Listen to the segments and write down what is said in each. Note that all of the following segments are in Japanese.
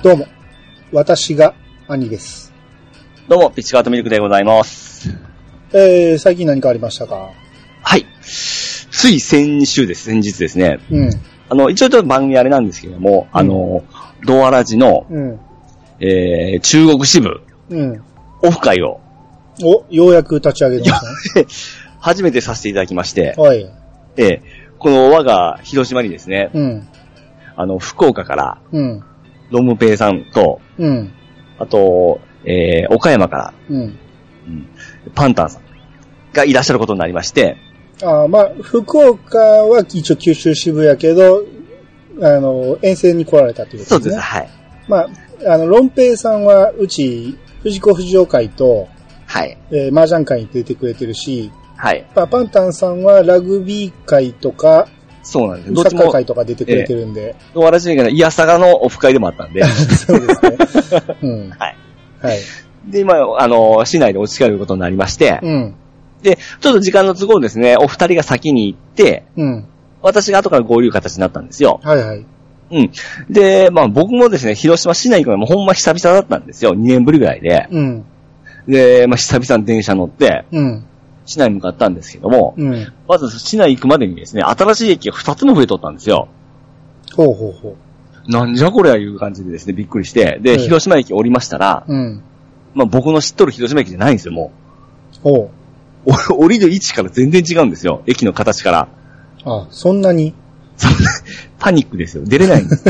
どうも、私が兄です。 どうも、ピッチカートミルクでございます。 最近何かありましたか？ はい。つい先日ですね。 うん。 一応ちょっと番組あれなんですけども、ドアラジの、中国支部、オフ会を、 ようやく立ち上げましたね。 初めてさせていただきまして、 はい。 この我が広島にですね、福岡から、ロムペイさんと、あと、岡山から、パンタンさんがいらっしゃることになりまして、 まあ、福岡は一応九州支部やけど、遠征に来られたということですね。そうです、 はい。 まあ、ロンペイさんは、うち、藤子不二雄会と、 はい。 麻雀会に出てくれてるし、 はい。 パンタンさんはラグビー会とか、 そうなんです。 サッカー会とか出てくれてるんで。 ドアラジのイヤサガのオフ会でもあったんで。 そうですね。 はい。 はい。 で、今、市内でお近いことになりまして、で、ちょっと時間の都合ですね、お二人が先に行って、私が後から合流形になったんですよ。 はいはい。 で、まあ僕もですね、広島市内行くのもほんま久々だったんですよ。2年ぶりぐらいで。で、まあ久々に電車乗って、市内に向かったんですけども、まず市内行くまでにですね、新しい駅が2つも増えとったんですよ。 ほうほうほう。なんじゃこれやいう感じでですね、びっくりして、で、広島駅降りましたら、まあ僕の知っとる広島駅じゃないんですよ、もう。降りる位置から全然違うんですよ、駅の形から。 あ、そんなにパニックですよ。出れないんですよ。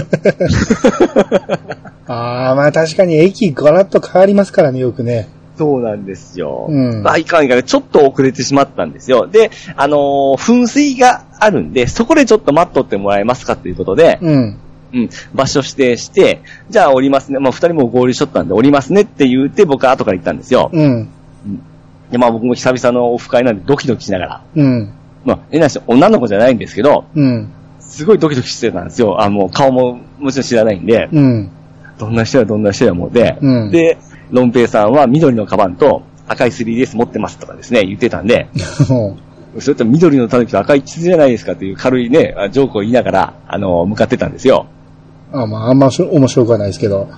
まあ確かに駅ガラッと変わりますからね、よくね。 そうなんですよ。いかんいかん、ちょっと遅れてしまったんですよ。で、噴水があるんで、そこでちょっと待っとってもらえますかということで、場所指定して、じゃあ降りますね。まあ二人も合流しとったんで降りますねって言って僕は後から行ったんですよ。で、まあ僕も久々のオフ会なんでドキドキしながら。まあ、女の子じゃないんですけど、すごいドキドキしてたんですよ。もう顔ももちろん知らないんで、どんな人やもうで、で、ロンペイさんは緑のカバンと赤い 3DS 持ってますとかですね、言ってたんで、それと緑のタヌキと赤い地図じゃないですかという軽いね、ジョークを言いながら、向かってたんですよ。 まあ、あんま面白くはないですけど。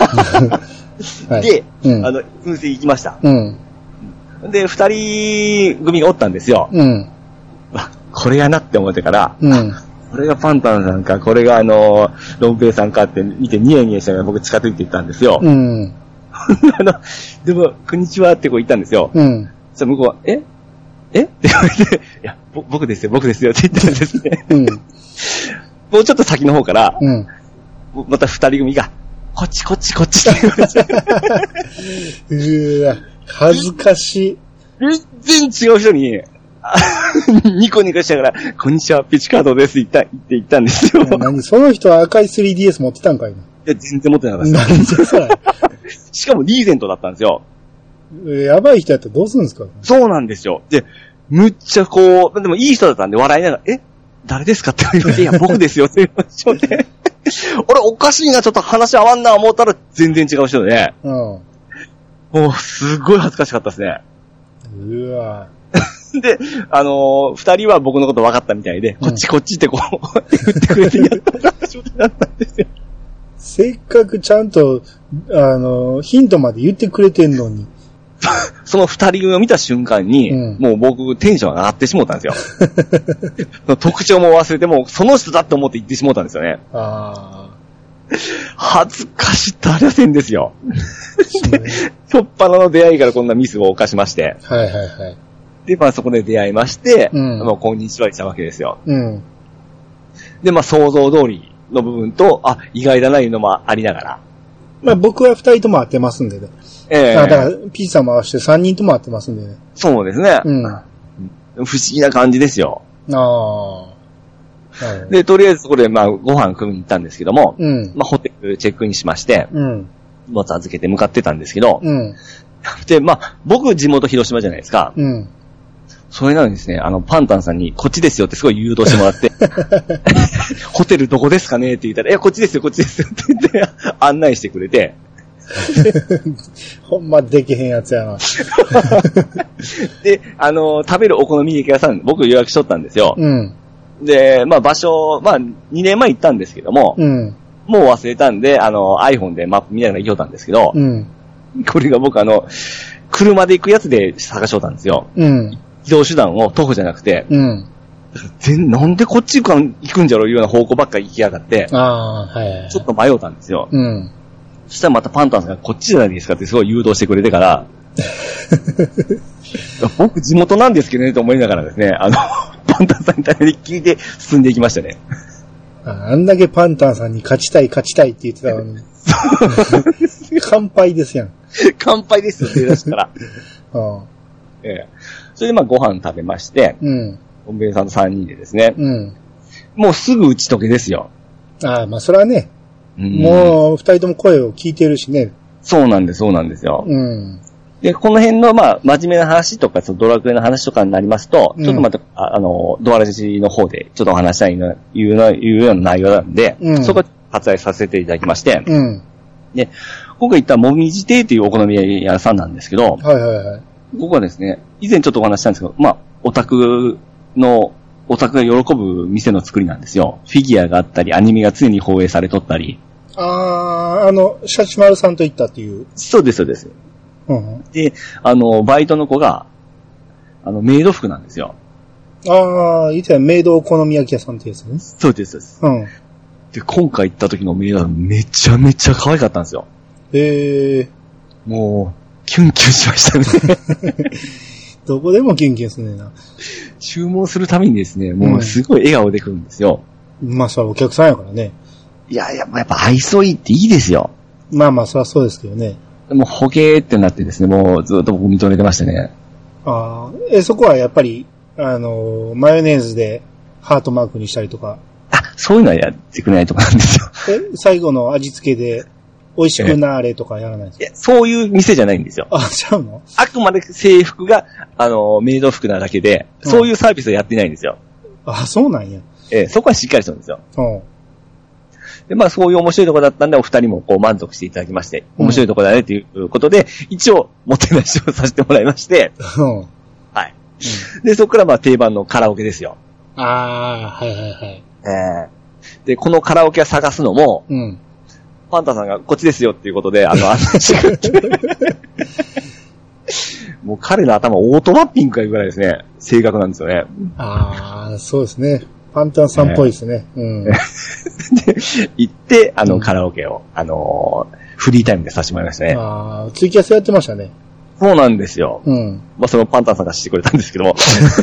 で、噴水行きました。で、二人組がおったんですよ。これやなって思ってから、これがパンタンさんか、これがロンペイさんかって見てニヤニヤしながら僕近づいていったんですよ。でも、こんにちはってこう言ったんですよ。そ向こうは、えって言われて、いや、僕ですよって言ったんですね。もうちょっと先の方から、また二人組が、こっちって言われて。 わ、恥ずかしい。 全然違う人に、ニコニコしながら、こんにちは、ピチカードですって言ったんですよ。 その人は赤い 3DS 持ってたんかいな。 いや、全然持ってなかったです。 なんでそれしかもリーゼントだったんですよ。 やばい人やったらどうするんですか？ そうなんですよ。で、むっちゃこう、でもいい人だったんで笑いながら、誰ですかって言われて、いや、僕ですよって言われて、俺おかしいな、ちょっと話合わんな思ったら全然違う人で、もうすごい恥ずかしかったですね。 うわで、二人は僕のこと分かったみたいで、こっちってこう、言ってくれてやった状態だったんですよ。 せっかくちゃんと、ヒントまで言ってくれてんのに。 その二人組を見た瞬間に、もう僕テンション上がってしもうたんですよ。特徴も忘れても、その人だって思って言ってしもうたんですよね。恥ずかしいったありゃせんですよ。しょっぱなの出会いからこんなミスを犯しまして。で、まあそこで出会いまして、まあこんにちはしたわけですよ。で、まあ想像通りの部分と、意外だないうのもありながら。 まあ僕は二人とも会ってますんでね。だから、ピーさんも合わせて三人とも会ってますんでね。 そうですね。不思議な感じですよ。で、とりあえずそこでまあご飯食いに行ったんですけども、まあホテルチェックインしまして、荷物預けて向かってたんですけど、で、まあ僕地元広島じゃないですか。それなのにですね、パンタンさんに、こっちですよってすごい誘導してもらって、ホテルどこですかねって言ったら、こっちですよって言って案内してくれて、 ほんまできへんやつやな。 で、食べるお好み焼き屋さん、僕予約しとったんですよ。で、まあ場所、まあ2年前行ったんですけども、 もう忘れたんで、iPhone でマップ見ながら行きよったんですけど、うん、これが僕車で行くやつで探しよったんですよ。うん、移動手段を徒歩じゃなくて、うん、なんでこっち行くんじゃろういうような方向ばっかり行きやがって、はい、ちょっと迷ったんですよ。うん、そしたらまたパンタンさんがこっちじゃないですかってすごい誘導してくれてから、僕地元なんですけどねと思いながらですね、パンタンさんに聞いて進んでいきましたね。 あんだけパンタンさんに勝ちたいって言ってたのに。乾杯ですやん。 乾杯ですよ、出だしたら。それでまあご飯食べまして、おんべいさんと3人でですね、もうすぐ打ち解けですよ。 ああ、まあそれはね、もう2人とも声を聞いてるしね。 そうなんですよ。で、この辺の、まあ、真面目な話とか、ドラクエの話とかになりますと、ちょっとまた、ドアラジの方で、ちょっとお話したいいうような内容なんで、そこ割愛させていただきまして、で、今回行ったもみじ亭というお好み屋さんなんですけど、ここはですね、以前ちょっとお話したんですけど、まあ、オタクが喜ぶ店の作りなんですよ。フィギュアがあったり、アニメが常に放映されとったり。 シャチマルさんと行ったっていう。 そうです。で、バイトの子が、メイド服なんですよ。 以前メイドお好み焼き屋さんってやつね。 そうです。で、今回行った時のメイドはめちゃめちゃ可愛かったんですよ。もう、キュンキュンしましたね。 どこでもキュンキュンするねんな。 注文するためにですね、もうすごい笑顔で来るんですよ。 まあ、それはお客さんやからね。 いや、やっぱ愛想いいっていいですよ。 まあ、それはそうですけどね。 もう、ほけーってなってですね、もうずっと僕認めてましたね。 そこはやっぱり、マヨネーズでハートマークにしたりとか。 そういうのはやってくれないとこなんですよ。 最後の味付けで、美味しくなーれとかやらないんですか？ そういう店じゃないんですよ。 ちゃうの？ あくまで制服が、メイド服なだけで、そういうサービスをやってないんですよ。 そうなんや。 そこはしっかりしてるんですよ。で、まあそういう面白いところだったんで、お二人もこう満足していただきまして、面白いところだねということで、一応、もてなしをさせてもらいまして、はい。で、そこからまあ定番のカラオケですよ。で、このカラオケを探すのも、パンタさんがこっちですよっていうことで、もう彼の頭オートマッピングかいうぐらいですね、正確なんですよね。 そうですね。パンタンさんっぽいですね。で、 行って、カラオケを、フリータイムでさせてもらいましたね。 ツイキャスやってましたね。 そうなんですよ。まあ、そのパンタンさんがしてくれたんですけども。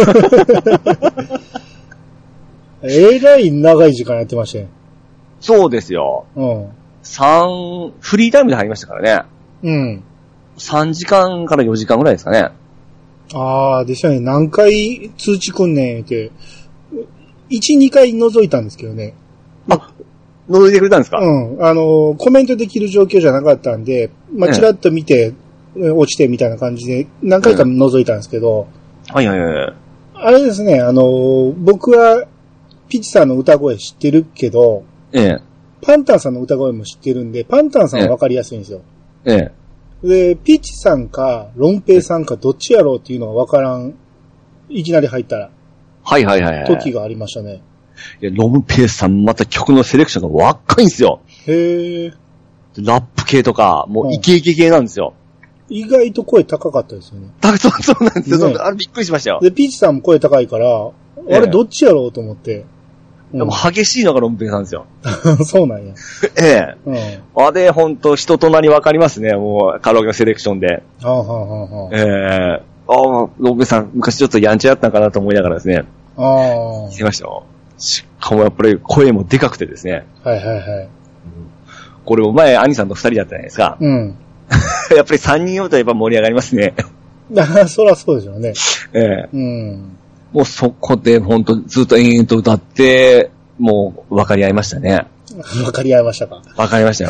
らい長い時間やってましたよ。 そうですよ。フリータイムで入りましたからね。3時間から4時間ぐらいですかね。 でしたね。何回通知くんねんって。1、2回覗いたんですけどね。 覗いてくれたんですか？ コメントできる状況じゃなかったんで、まあ、ちらっと見て、落ちてみたいな感じで、何回か覗いたんですけど。あれですね、僕は、ピチさんの歌声知ってるけど、パンタンさんの歌声も知ってるんで、パンタンさんはわかりやすいんですよ。で、ピチさんか、ロンペイさんか、どっちやろうっていうのがわからん。いきなり入ったら。時がありましたね。 いや、ロンペイさんまた曲のセレクションが若いんですよ。ラップ系とか、もうイケイケ系なんですよ。 意外と声高かったですよね。 そうなんですよ。あれびっくりしましたよ。 で、ピーチさんも声高いから、あれどっちやろうと思って。 でも激しいのがロンペイさんですよ。 そうなんや。 あれ、ほんと人となりわかりますね。もう、カラオケのセレクションで。ロンペイさん、昔ちょっとやんちゃやったんかなと思いながらですね。聞きましたよ。しかもやっぱり声もでかくてですね。これも前、兄さんと2人だったじゃないですか。やっぱり3人おるとやっぱ盛り上がりますね。 そらそうでしょうね。 もうそこでほんとずっと延々と歌って、もう分かり合いましたね。 分かり合いましたか？ 分かりましたよ。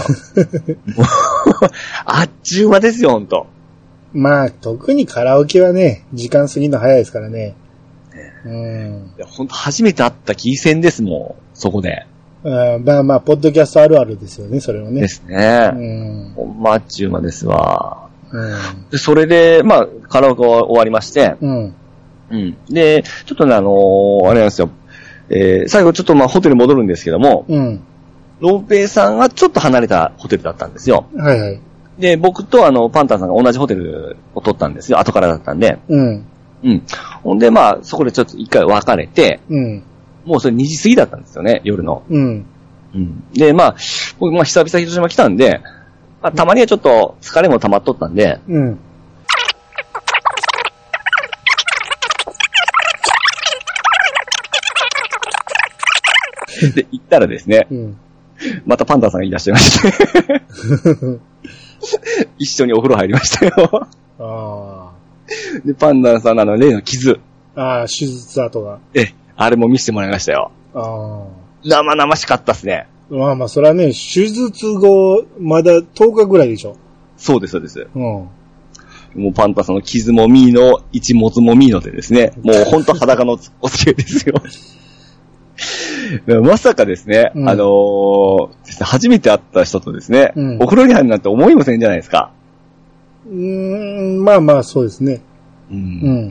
あっちゅう間ですよ、ほんと。 まあ、特にカラオケはね、時間過ぎるの早いですからね。 いや、ほんと初めて会ったキーセンですもん、そこで。 まあ、ポッドキャストあるあるですよね、それはね。 ですね。ほんまあっちゅう間ですわ。で、それで、まあ、カラオケは終わりまして、で、ちょっとね、あれなんですよ。最後ちょっとまあホテル戻るんですけども、 ロンペイさんはちょっと離れたホテルだったんですよ。 はいはい。 で、僕とパンタンさんが同じホテルを取ったんですよ。後からだったんで。 うん。 うん。ほんで、まあ、そこでちょっと一回別れて、 うん。 もうそれ2時過ぎだったんですよね、夜の。 うん。 うん。で、まあ、僕、まあ、久々広島来たんで、まあ、たまにはちょっと疲れも溜まっとったんで、 うん。 で、行ったらですね、 うん、 またパンダさんがいらっしゃいまして一緒にお風呂入りましたよあで、パンダさんの例の傷。 ああ、手術跡が。 あれも見せてもらいましたよ。 ああ。 生々しかったっすね。 まあまあ、それはね、手術後、まだ10日ぐらいでしょ。 そうです、そうです。 うん。 もうパンタさんの傷もミーの、一物もミーのでですね、もうほんと裸のお付き合いですよ。まさかですね、 うん、 初めて会った人とですね、 うん、 お風呂に入るなんて思いませんじゃないですか。 まあまあ、そうですね。 うん。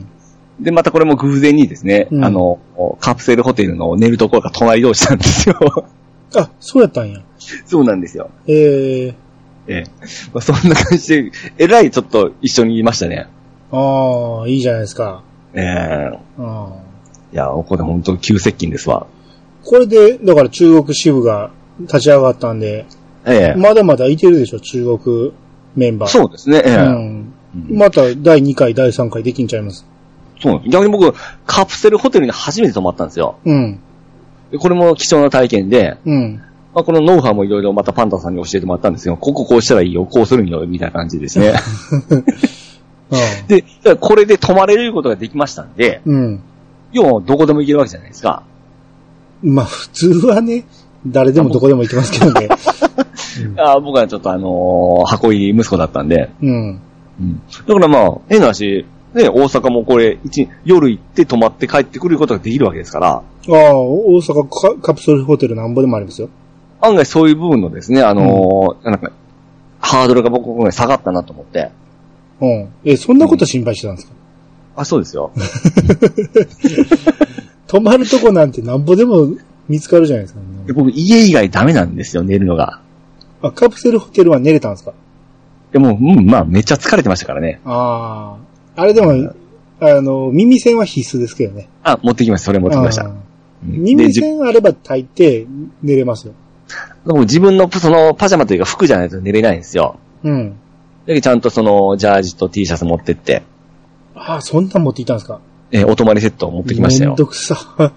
で、またこれも偶然にですね、 うん、 カプセルホテルの寝るところが隣同士なんですよ。 あ、そうやったんや。 そうなんですよ。まあ、そんな感じで、えらいちょっと一緒にいましたね。 ああ、いいじゃないですか。 いや、ここで本当急接近ですわ。 これで、だから中国支部が立ち上がったんで、まだまだいてるでしょ、中国メンバー。 そうですね。 また第2回、第3回できんちゃいます。 そう。逆に僕、カプセルホテルに初めて泊まったんですよ。 うん。 でこれも貴重な体験で、 うん。 まあ、このノウハウもいろいろまたパンダさんに教えてもらったんですよ。こうしたらいいよ、こうするんよ、みたいな感じですね。で、これで泊まれることができましたんで、 うん。 要はどこでも行けるわけじゃないですか。 まあ、普通はね、誰でもどこでも行けますけどね。 僕はちょっと箱入り息子だったんで。 うん。 だからまあ、変な話、ね、大阪もこれ、夜行って泊まって帰ってくることができるわけですから。ああ、大阪カプセルホテルなんぼでもありますよ。 案外そういう部分のですね、なんか、ハードルが僕が下がったなと思って。 うん。そんなこと心配してたんですか？ そうですよ。 泊まるとこなんてなんぼでも見つかるじゃないですか、ね。 僕、家以外ダメなんですよ、寝るのが。 カプセルホテルは寝れたんですか？ まあ、めっちゃ疲れてましたからね。 あれでも、耳栓は必須ですけどね。 持ってきました。それ持ってきました。 耳栓あれば大抵寝れますよ。 自分のそのパジャマというか服じゃないと寝れないんですよ。 うん。 だけどちゃんとそのジャージと T シャツ持ってって。 そんなん持っていったんですか？ お泊まりセットを持ってきましたよ。 めんどくさ。 化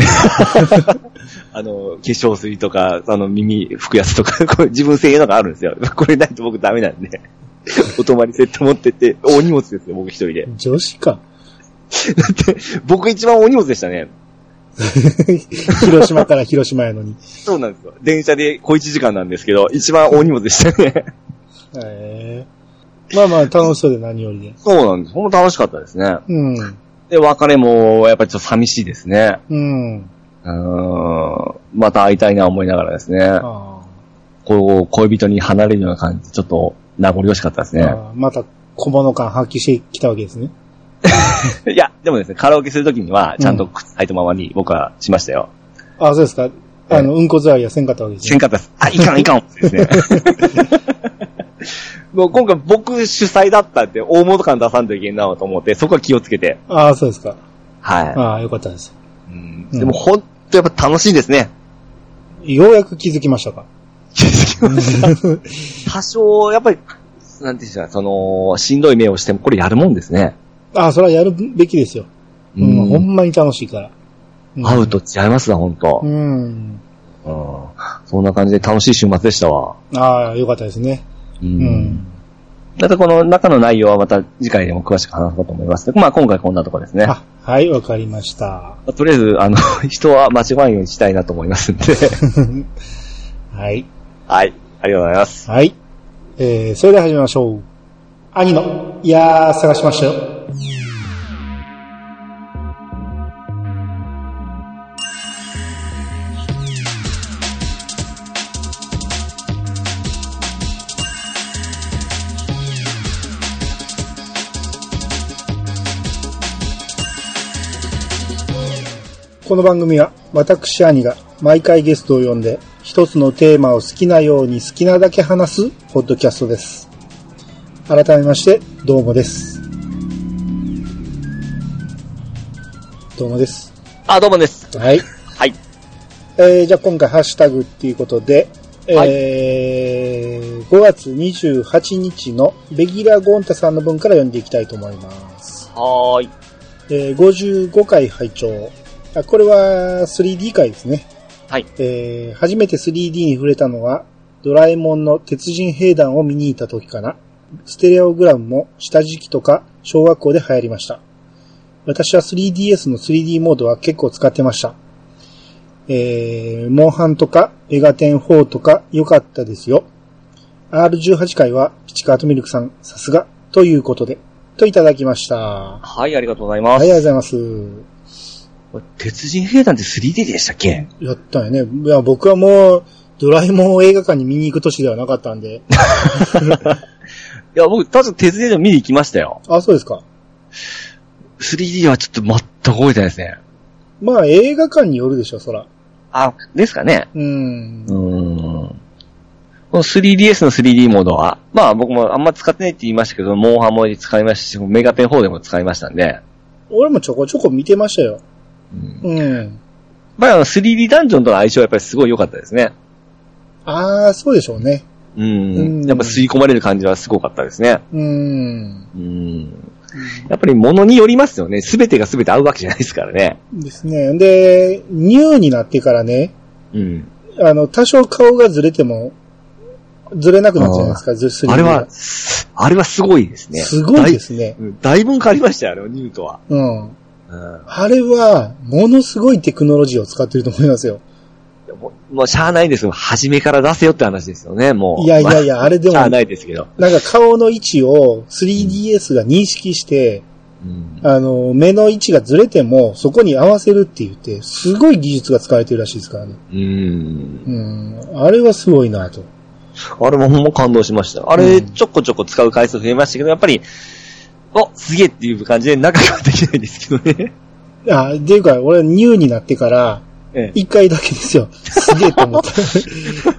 粧水とか、耳拭くやつとか、これ自分専用のがあるんですよ。これないと僕ダメなんで。お泊まりセット持ってって、大荷物ですよ、僕一人で。 女子か。 だって、僕一番大荷物でしたね。 広島から広島やのに。 そうなんですよ。電車で小1時間なんですけど、一番大荷物でしたね。まあまあ、楽しそうで何よりで。 そうなんです。ほんと楽しかったですね。 うん。 で、別れも、やっぱりちょっと寂しいですね。 うん。 また会いたいな思いながらですね。恋人に離れるような感じ、ちょっと名残惜しかったですね。 また小物感発揮してきたわけですね。 いや、でもですね、カラオケするときには、ちゃんと靴履いたままに僕はしましたよ。 そうですか。うんこ座りはせんかったわけですね。 せんかったです。いかんですね。もう今回僕主催だったって大物感出さんといけんなと思って、そこは気をつけて。 そうですか。 はい。 よかったです。 でも本当やっぱ楽しいですね。 ようやく気づきましたか？ 気づきました。多少、やっぱり、なんていうんですか、しんどい目をしてもこれやるもんですね。 それはやるべきですよ。ほんまに楽しいから。 会うと違いますな、ほんと。そんな感じで楽しい週末でしたわ。 よかったですね。 またこの中の内容はまた次回でも詳しく話そうと思います。まあ今回こんなところですね。 はい、わかりました。 とりあえず、人は間違わんようにしたいなと思いますんで。 はい。 はい、ありがとうございます。 はい。それでは始めましょう。兄の、探しましたよ。この番組は私兄が毎回ゲストを呼んで一つのテーマを好きなように好きなだけ話すポッドキャストです。改めましてどうもです。どうもです。 あ、どうもです。 はい。 はい。 じゃあ今回ハッシュタグっていうことで、はい、5月28日のレギュラーゴンタさんの分から読んでいきたいと思います。 はーい。 55回拝聴。これは 3D 回ですね。 はい。 初めて 3D に触れたのは、ドラえもんの鉄人兵団を見に行った時かな。ステレオグラムも下敷きとか小学校で流行りました。私は 3DS の 3D モードは結構使ってました。モンハンとかメガテン4とか良かったですよ。R18 回はピチカートミルクさんさすがということで、といただきました。 はい、ありがとうございます。 はい、ありがとうございます。 鉄人兵団って 3D でしたっけ？ やったよね。いや、僕はもう、ドラえもんを映画館に見に行く年ではなかったんで。 いや、僕、確か鉄人兵団見に行きましたよ。 あ、そうですか。 3D はちょっと全く覚えてないですね。 まあ、映画館によるでしょ、そら。 あ、ですかね。この 3DS の 3D モードは、まあ僕もあんま使ってないって言いましたけど、モンハンも使いましたし、メガテン4でも使いましたんで。 俺もちょこちょこ見てましたよ。 まあ3D ダンジョンとの相性はやっぱりすごい良かったですね。 ああ、そうでしょうね。 やっぱ吸い込まれる感じはすごかったですね。やっぱり物によりますよね。すべてがすべて合うわけじゃないですからね。 ですね。で、ニューになってからね、多少顔がずれても、ずれなくなるじゃないですか、 あれはすごいですね。 すごいですね。 だいぶ変わりましたよ、あれ、ニューとは。 あれは、ものすごいテクノロジーを使ってると思いますよ。 もうしゃあないですよ。初めから出せよって話ですよね、もう。 いや、あれでも。 しゃあないですけど。 なんか顔の位置を 3DS が認識して、目の位置がずれても、そこに合わせるって言って、すごい技術が使われてるらしいですからね。あれはすごいなと。 あれもほんま感動しました。あれ、ちょこちょこ使う回数増えましたけど、やっぱり、すげえっていう感じで仲良くできないですけどね。 っていうか、俺ニューになってから、一回だけですよ。すげえと思った。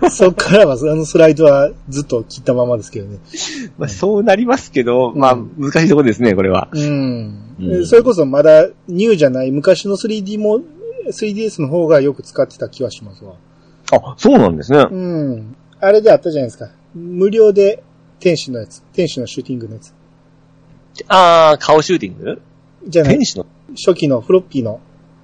そっからは、スライドはずっと切ったままですけどね。 まあ、そうなりますけど、まあ、難しいところですね、これは。 それこそまだニューじゃない昔の 3D も、3DS の方がよく使ってた気はしますわ。 あ、そうなんですね。 あれであったじゃないですか。無料で天使のやつ。天使のシューティングのやつ。 顔シューティングじゃない。 天使の初期のフロッピーの。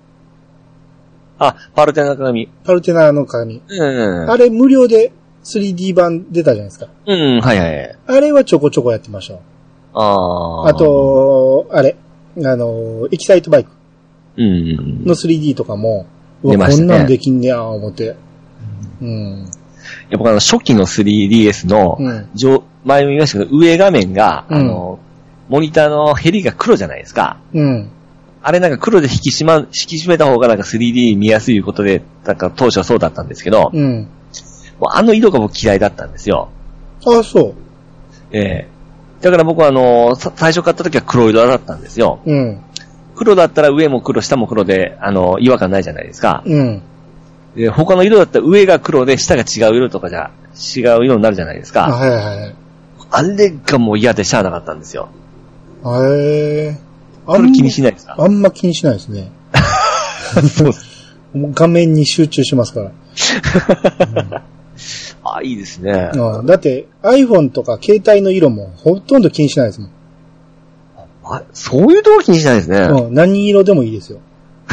パルテナの鏡。 パルテナの鏡。あれ無料で 3D 版出たじゃないですか。 はいはい。 あれはちょこちょこやってました。あと、あれ、エキサイトバイク。の 3D とかも、こんなんできんねや、思って。 やっぱ初期の 3DS の、前も言いましたけど、上画面が、モニターのヘリが黒じゃないですか。あれなんか黒で引き締めた方がなんか 3D 見やすいことで、なんか当初はそうだったんですけど、もうあの色が僕嫌いだったんですよ。 あ、そう。 だから僕は最初買った時は黒色だったんですよ。黒だったら上も黒、下も黒で、違和感ないじゃないですか。で、他の色だったら上が黒で下が違う色とかじゃ違う色になるじゃないですか。あれがもう嫌でしゃあなかったんですよ。それ気にしないですか？ あんま気にしないですね。そうです。画面に集中しますから。 いいですね。 だって iPhone とか携帯の色もほとんど気にしないですもん。 そういうとこ気にしないですね。 何色でもいいですよ。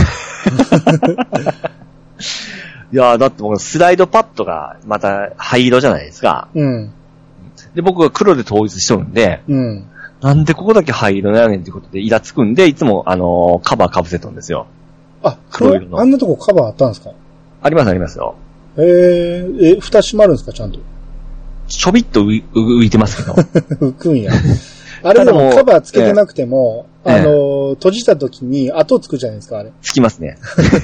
いやだって僕スライドパッドがまた灰色じゃないですか。で、僕が黒で統一しとるんで、なんでここだけ灰色やねんっていうことでイラつくんで、いつもカバー被せとるんですよ。 黒色の。あんなとこカバーあったんですか？ ありますよ。 蓋閉まるんですか、ちゃんと。 ちょびっと浮いてますけど。 浮くんや。あれでもカバーつけてなくても、閉じた時に跡つくじゃないですか、あれ。 つきますね。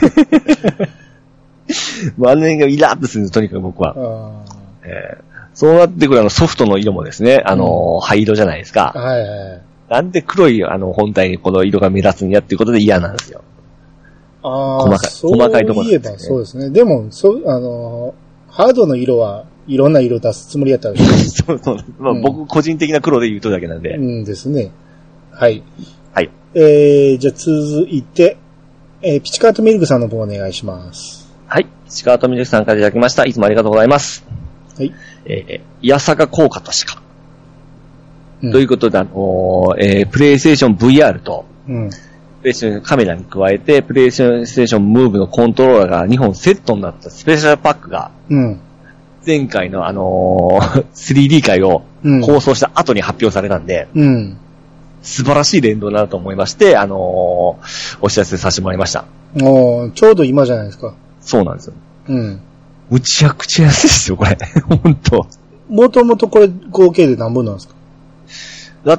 もうあの辺がイラッとするんです、とにかく僕は。そうなってくるソフトの色もですね、灰色じゃないですか。なんで黒い本体にこの色が目立つんやっていうことで嫌なんですよ。 細かいところ、ね。そういえばそうですね。でも、 ハードの色はいろんな色出すつもりやったらしい。 そう。まあ、僕個人的な黒で言うとだけなんで。 うんですね。はい。 はい。 じゃあ続いて、ピチカートミルクさんの方お願いします。 はい。ピチカートミルクさんからいただきました。いつもありがとうございます。はい。いやさが効果としか。ということで、プレイステーション VR と、プレイステーションカメラに加えて、プレイステーションムーブのコントローラーが2本セットになったスペシャルパックが、前回の3D 会を放送した後に発表されたんで、素晴らしい連動だなと思いまして、お知らせさせてもらいました。 ちょうど今じゃないですか。 そうなんですよ。むちゃくちゃ安いですよ、これ。ほんと。 もともとこれ合計で何本なんですか？ だって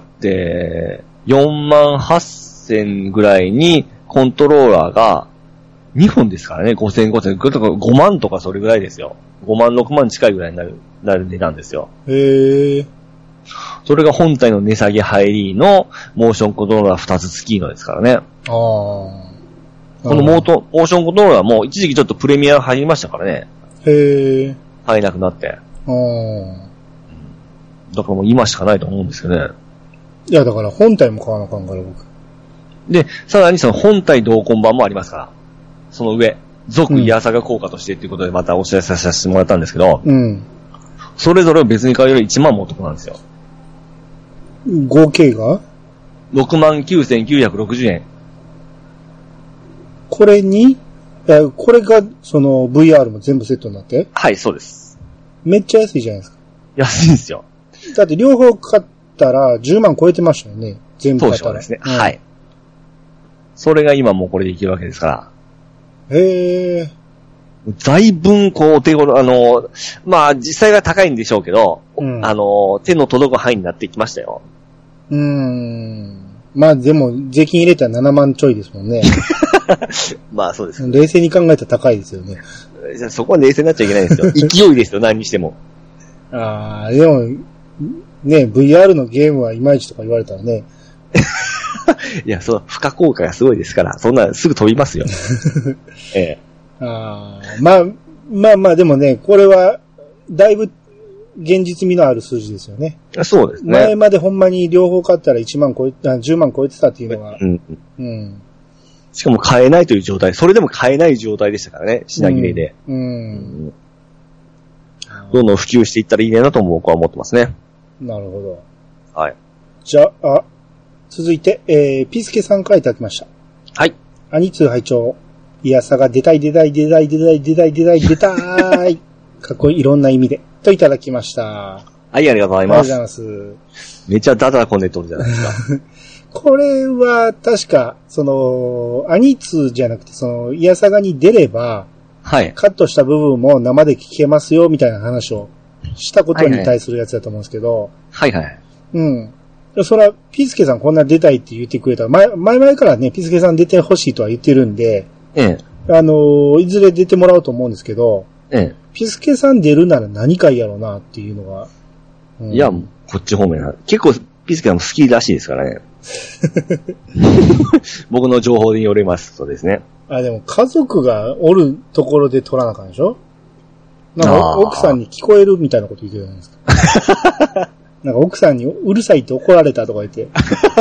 、48,000ぐらいにコントローラーが2本ですからね、5万とかそれぐらいですよ。5万、6万近いぐらいになる値段ですよ。 へー。 それが本体の値下げ入りのモーションコントローラー2つ付きのですからね。このモーションコントローラーも一時期ちょっとプレミア入りましたからね。 へー。 入らなくなって。だからもう今しかないと思うんですけどね。 いや、だから本体も買わなあかんから僕。 で、さらにその本体同梱版もありますから。その上、続イヤサガ効果としてっていうことでまたお知らせさせてもらったんですけど、それぞれを別に買うより1万もお得なんですよ。 合計が 69,960 円。 これに、これがその VR も全部セットになって？ はい、そうです。 めっちゃ安いじゃないですか。 安いんですよ。 だって両方買ったら10万超えてましたよね。全部買ったら。 そうですね。はい。それが今もうこれでいけるわけですから。 へー。 だいぶこう手頃、まあ実際は高いんでしょうけど、手の届く範囲になってきましたよ。 まあでも税金入れたら7万ちょいですもんね。 まあそうです、 ね。冷静に考えたら高いですよね。 そこは冷静になっちゃいけないんですよ。勢いですよ、何にしても。 でも、ね、VR のゲームはいまいちとか言われたらね。 いや、その負荷効果がすごいですから、そんなすぐ飛びますよ。 まあでもね、これはだいぶ現実味のある数字ですよね。 そうですね。 前までほんまに両方買ったら10万超えてたっていうのが。 しかも買えないという状態、それでも買えない状態でしたからね、品切れで。どんどん普及していったらいいねなと僕は思ってますね。 なるほど。 はい。 じゃあ、続いて、ピスケさんからいただきました。 はい。 アニツー拝聴。いやさが出たい。かっこいい、いろんな意味で。といただきました。 はい、ありがとうございます。 ありがとうございます。 めっちゃダダこねとるじゃないですか。 これは、確か、アニツーじゃなくて、いやさがに出れば、 はい。 カットした部分も生で聞けますよ、みたいな話をしたことに対するやつだと思うんですけど。 はいはい。 それは、ピスケさんこんな出たいって言ってくれたら、前々からね、ピスケさん出てほしいとは言ってるんで、いずれ出てもらおうと思うんですけど、ピスケさん出るなら何回やろうなっていうのが。 いや、こっち方面な。結構、ピスケさんも好きらしいですからね。僕の情報によりますとですね。 でも家族がおるところで撮らなあかんでしょ？なんか奥さんに聞こえるみたいなこと言ってるじゃないですか。なんか奥さんにうるさいって怒られたとか言って。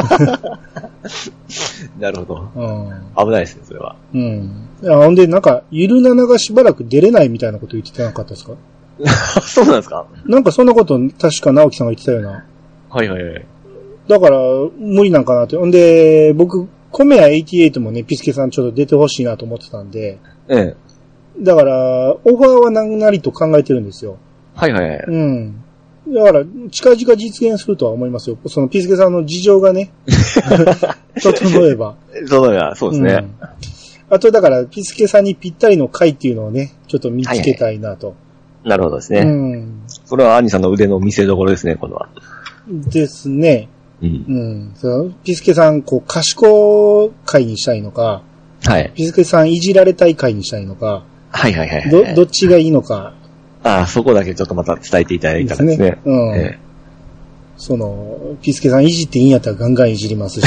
なるほど。危ないですね、それは。 ほんで、なんか、ゆるなながしばらく出れないみたいなこと言ってなかったですか？ そうなんですか？ なんかそんなこと確か直樹さんが言ってたよな。 はい。 だから、無理なんかなって。ほんで、僕、コメヤ88もね、ピスケさんちょっと出てほしいなと思ってたんで。だから、オファーは何なりと考えてるんですよ。 はい。 だから、近々実現するとは思いますよ。そのピスケさんの事情がね、整えば。 そうですね。 あと、だから、ピスケさんにぴったりの回っていうのをね、ちょっと見つけたいなと。 なるほどですね。それは兄さんの腕の見せ所ですね、今度は。 ですね。そのピスケさん、賢回にしたいのか、ピスケさんいじられたい回にしたいのか、どっちがいいのか。 そこだけちょっとまた伝えていただいたらですね。 ピスケさんいじっていいんやったらガンガンいじりますし。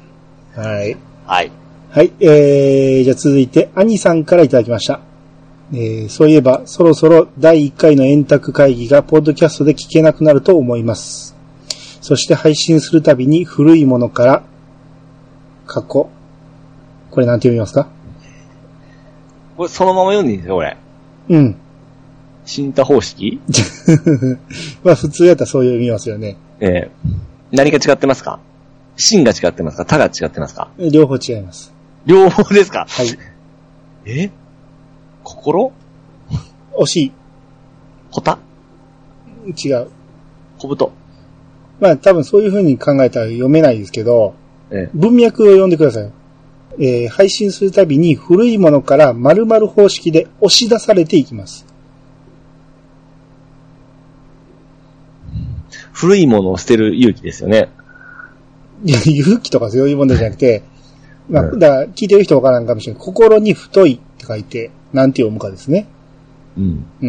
はい。じゃあ続いて、兄さんからいただきました。 そういえば、そろそろ第1回の円卓会議がポッドキャストで聞けなくなると思います。そして配信するたびに古いものから、これなんて読みますか？ これそのまま読んでいいんですよ、これ。 うん。 新多方式まあ普通やったらそう読みますよね。 何が違ってますか？新が違ってますか？他が違ってますか？ 両方違います。 両方ですか？ はい。 心？ 惜しい。 こた？ 違う。 小太。 まあ多分そういう風に考えたら読めないですけど、文脈を読んでください。配信するたびに古いものから〇〇方式で押し出されていきます。 古いものを捨てる勇気ですよね。 いや、勇気とかそういうものじゃなくて、まあ、だから聞いてる人わからんかもしれない。心に太いって書いて、なんて読むかですね。 うん。 うん。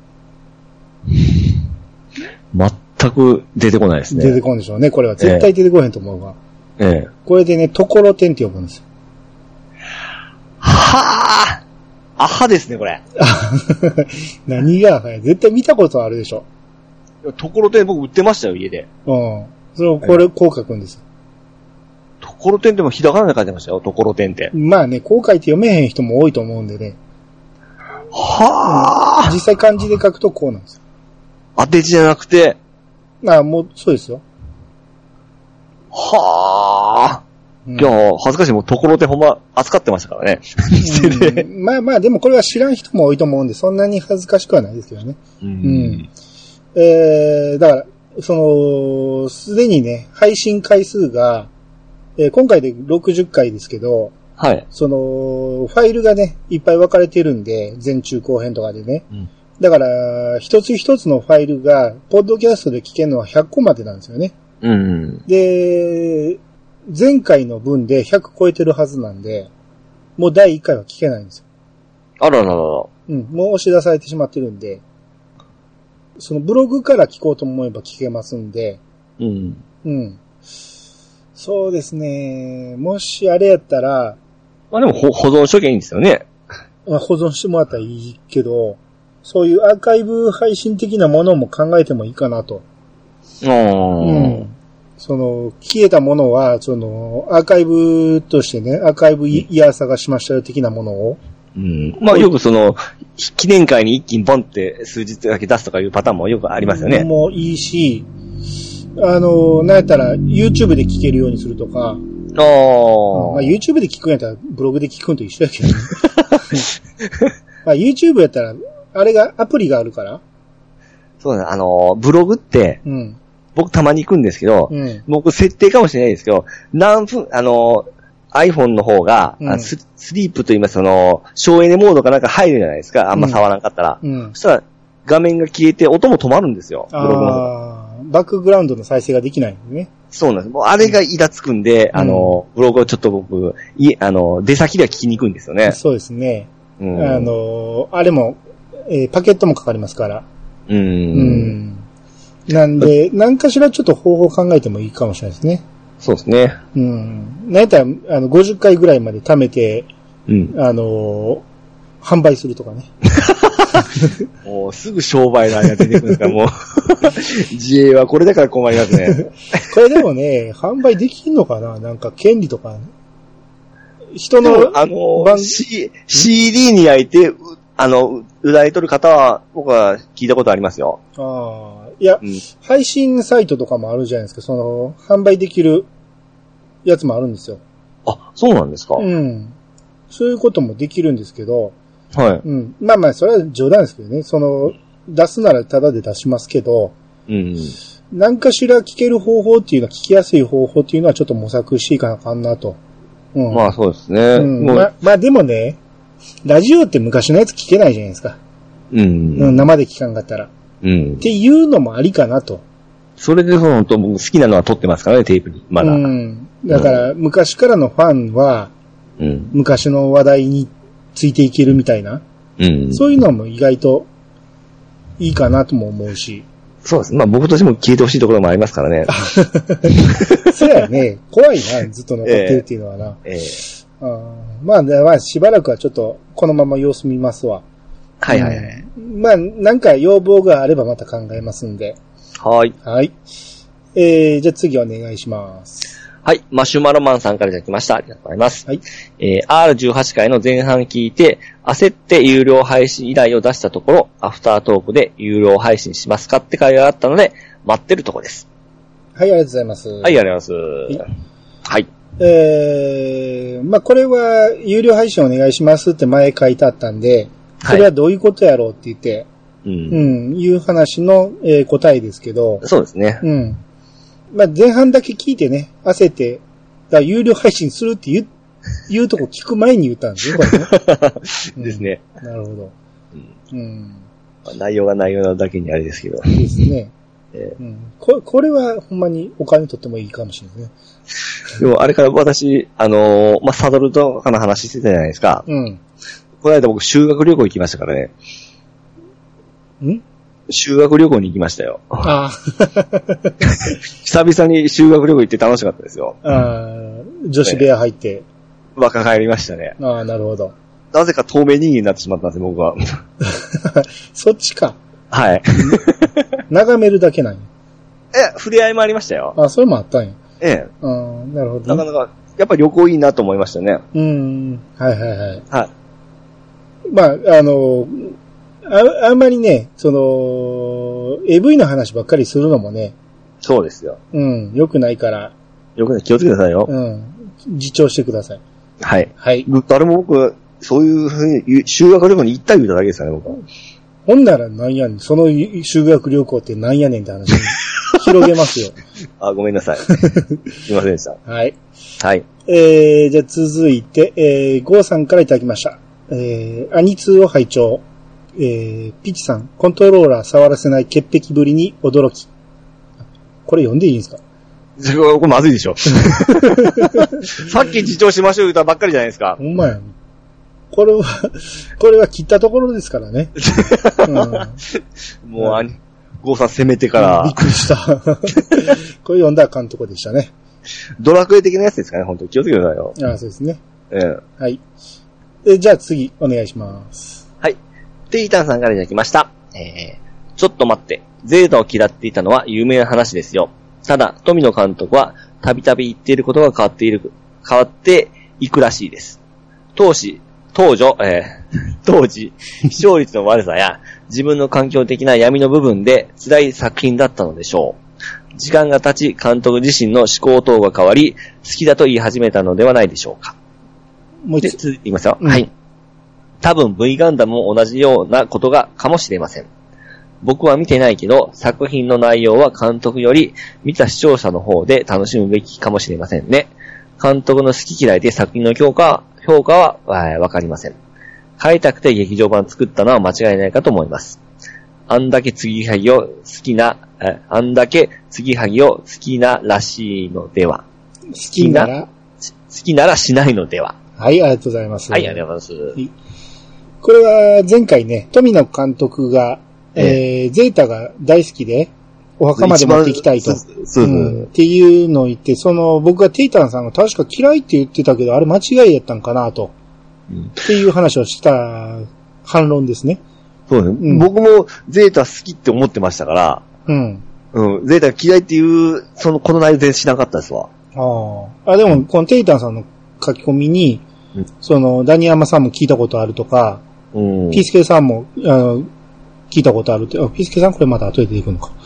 全く出てこないですね。 出てこんでしょうね。これは絶対出てこへんと思うわ。これでね、ところてんって呼ぶんですよ。 はぁあはですね、これ。 何が絶対見たことあるでしょ。 ところてん僕売ってましたよ、家で。 うん。それをこれ、こう書くんですよ。 ところてんってもひらがなで書いてましたよ、ところてんって。 まあね、こう書いて読めへん人も多いと思うんでね。 はぁ、 実際漢字で書くとこうなんですよ。 当て字じゃなくて。 ああ、もう、そうですよ。 はぁ、いや、恥ずかしい、もうところてんほんま扱ってましたからね。 まあまあ、でもこれは知らん人も多いと思うんで、そんなに恥ずかしくはないですけどね。だから、すでにね、配信回数が、今回で60回ですけど、 はい。 ファイルがね、いっぱい分かれてるんで、前中後編とかでね。だから、一つ一つのファイルが、ポッドキャストで聞けるのは100個までなんですよね。で、前回の分で100超えてるはずなんで、もう第1回は聞けないんですよ。 あらららら。 もう押し出されてしまってるんで、そのブログから聞こうと思えば聞けますんで、そうですね。もしあれやったら、 まあでも保存しときゃいいんですよね。 保存してもらったらいいけど、そういうアーカイブ配信的なものも考えてもいいかなと。消えたものは、アーカイブとしてね、アーカイブイヤー探しましたよ的なものを。 まあよく記念会に一気にボンって数日だけ出すとかいうパターンもよくありますよね。 もういいし、なんやったら YouTube で聞けるようにするとか。まあ YouTube で聞くんやったらブログで聞くんと一緒やけどね。まあ YouTube やったら、アプリがあるから。 そうだね、ブログって、僕たまに行くんですけど、僕設定かもしれないですけど、何分、iPhone の方が、スリープと言います省エネモードかなんか入るじゃないですか。あんま触らんかったら。そしたら、画面が消えて音も止まるんですよ。ブログの方。 バックグラウンドの再生ができないんでね。 そうなんです。もうあれがイラつくんで、ブログをちょっと僕、出先では聞きにくいんですよね。 そうですね。あれも、パケットもかかりますから。なんで、何かしらちょっと方法考えてもいいかもしれないですね。 そうですね。 なんやったら、50回ぐらいまで貯めて、販売するとかね。 もうすぐ商売の間出てくるんですから、もう。自営はこれだから困りますね。 これでもね、販売できんのかな？なんか権利とか、ね。人の、 CD に焼いて、売られとる方は、僕は聞いたことありますよ。 いや、配信サイトとかもあるじゃないですか。販売できるやつもあるんですよ。 あ、そうなんですか？ そういうこともできるんですけど、 はい。 まあ、それは冗談ですけどね。出すならタダで出しますけど、何かしら聞ける方法っていうのは、聞きやすい方法っていうのはちょっと模索していかなあかんなと。 まあそうですね。 まあでもね、ラジオって昔のやつ聞けないじゃないですか。生で聞かんかったら。っていうのもありかなと。 それで僕好きなのは撮ってますからね、テープに。まだ。 だから、昔からのファンは、昔の話題についていけるみたいな。そういうのも意外といいかなとも思うし。 そうです。まあ僕としても消えてほしいところもありますからね。 そうやね。怖いな、ずっと残ってるっていうのはな。まあしばらくはちょっとこのまま様子見ますわ。 はいはいはい。 まあ、なんか要望があればまた考えますんで。 はい。 はい。じゃあ次お願いします。 はい。マシュマロマンさんからいただきました。ありがとうございます。 はい。 R18 回の前半聞いて、焦って有料配信依頼を出したところ、アフタートークで有料配信しますかって会があったので、待ってるとこです。 はい、ありがとうございます。 はい、ありがとうございます。はい。 まあ、これは有料配信お願いしますって前書いてあったんで、それはどういうことやろうって言って、はい、いう話の、答えですけど。 そうですね。 まあ、前半だけ聞いてね、焦って、有料配信するって言うとこ聞く前に言ったんですよ、これね。 ですね。 なるほど。 内容が内容なだけにあれですけど。 ですね。これはほんまにお金取ってもいいかもしれないですね。でもあれから私、まあ、サドルとかの話してたじゃないですか。この間僕修学旅行行きましたからね。修学旅行に行きましたよ。久々に修学旅行行って楽しかったですよ。 女子部屋入って。 若返りましたね。 なるほど。 なぜか透明人間になってしまったんですよ、僕は。 そっちか。 はい。 眺めるだけなんや。 触れ合いもありましたよ。 それもあったんや。なるほど、 なかなか、やっぱり旅行いいなと思いましたね。 はいはいはい。 はい。 まあ、あんまりね、AV の話ばっかりするのもね。 そうですよ。 良くないから。 気をつけてくださいよ。 自重してください。 はい。 はい。 誰も僕、そういうふうに、修学旅行に行った言うただけですよね、僕は。 ほんならなんやねん。その修学旅行ってなんやねんって話に広げますよ。 ごめんなさい。すいませんでした。 はい。 はい。 じゃあ続いて、ゴーさんからいただきました。アニツーを拝聴。ピチさん、コントローラー触らせない潔癖ぶりに驚き。これ読んでいいんですか？ これまずいでしょ。さっき自重しましょう言ったばっかりじゃないですか。 ほんまや。これは切ったところですからね。 もう、ゴーさん攻めてから。 びっくりした。これ読んだらあかんとこでしたね。 ドラクエ的なやつですかね、本当に。気をつけてくださいよ。 そうですね。はい。じゃあ次、お願いします。 はい。テイタンさんからいただきました。ちょっと待って。ゼータを嫌っていたのは有名な話ですよ。ただ、富野監督は、たびたび言っていることが変わっていくらしいです。当時、視聴率の悪さや、自分の環境的な闇の部分で辛い作品だったのでしょう。時間が経ち、監督自身の思考等が変わり、好きだと言い始めたのではないでしょうか。 もう一つ。 続きますよ。はい。多分 V ガンダムも同じようなことかもしれません。僕は見てないけど、作品の内容は監督より見た視聴者の方で楽しむべきかもしれませんね。監督の好き嫌いで作品の評価はわかりません。変えたくて劇場版作ったのは間違いないかと思います。あんだけ継ぎはぎを好きならしいのでは。 好きならしないのでは。 はい、ありがとうございます。 はい、ありがとうございます。 これは前回ね、富野監督が、ゼータが大好きで、お墓まで持っていきたいと。っていうのを言って、僕がテイタンさんが確か嫌いって言ってたけど、あれ間違いやったんかなと。っていう話をした反論ですね。 そうですね。僕もゼータ好きって思ってましたから、ゼータ嫌いっていう、この内容全然しなかったですわ。 でも、このテイタンさんの書き込みに、ダニヤマさんも聞いたことあるとか、ピースケさんも、聞いたことあるって、ピースケさんこれまた後で出てくるのか。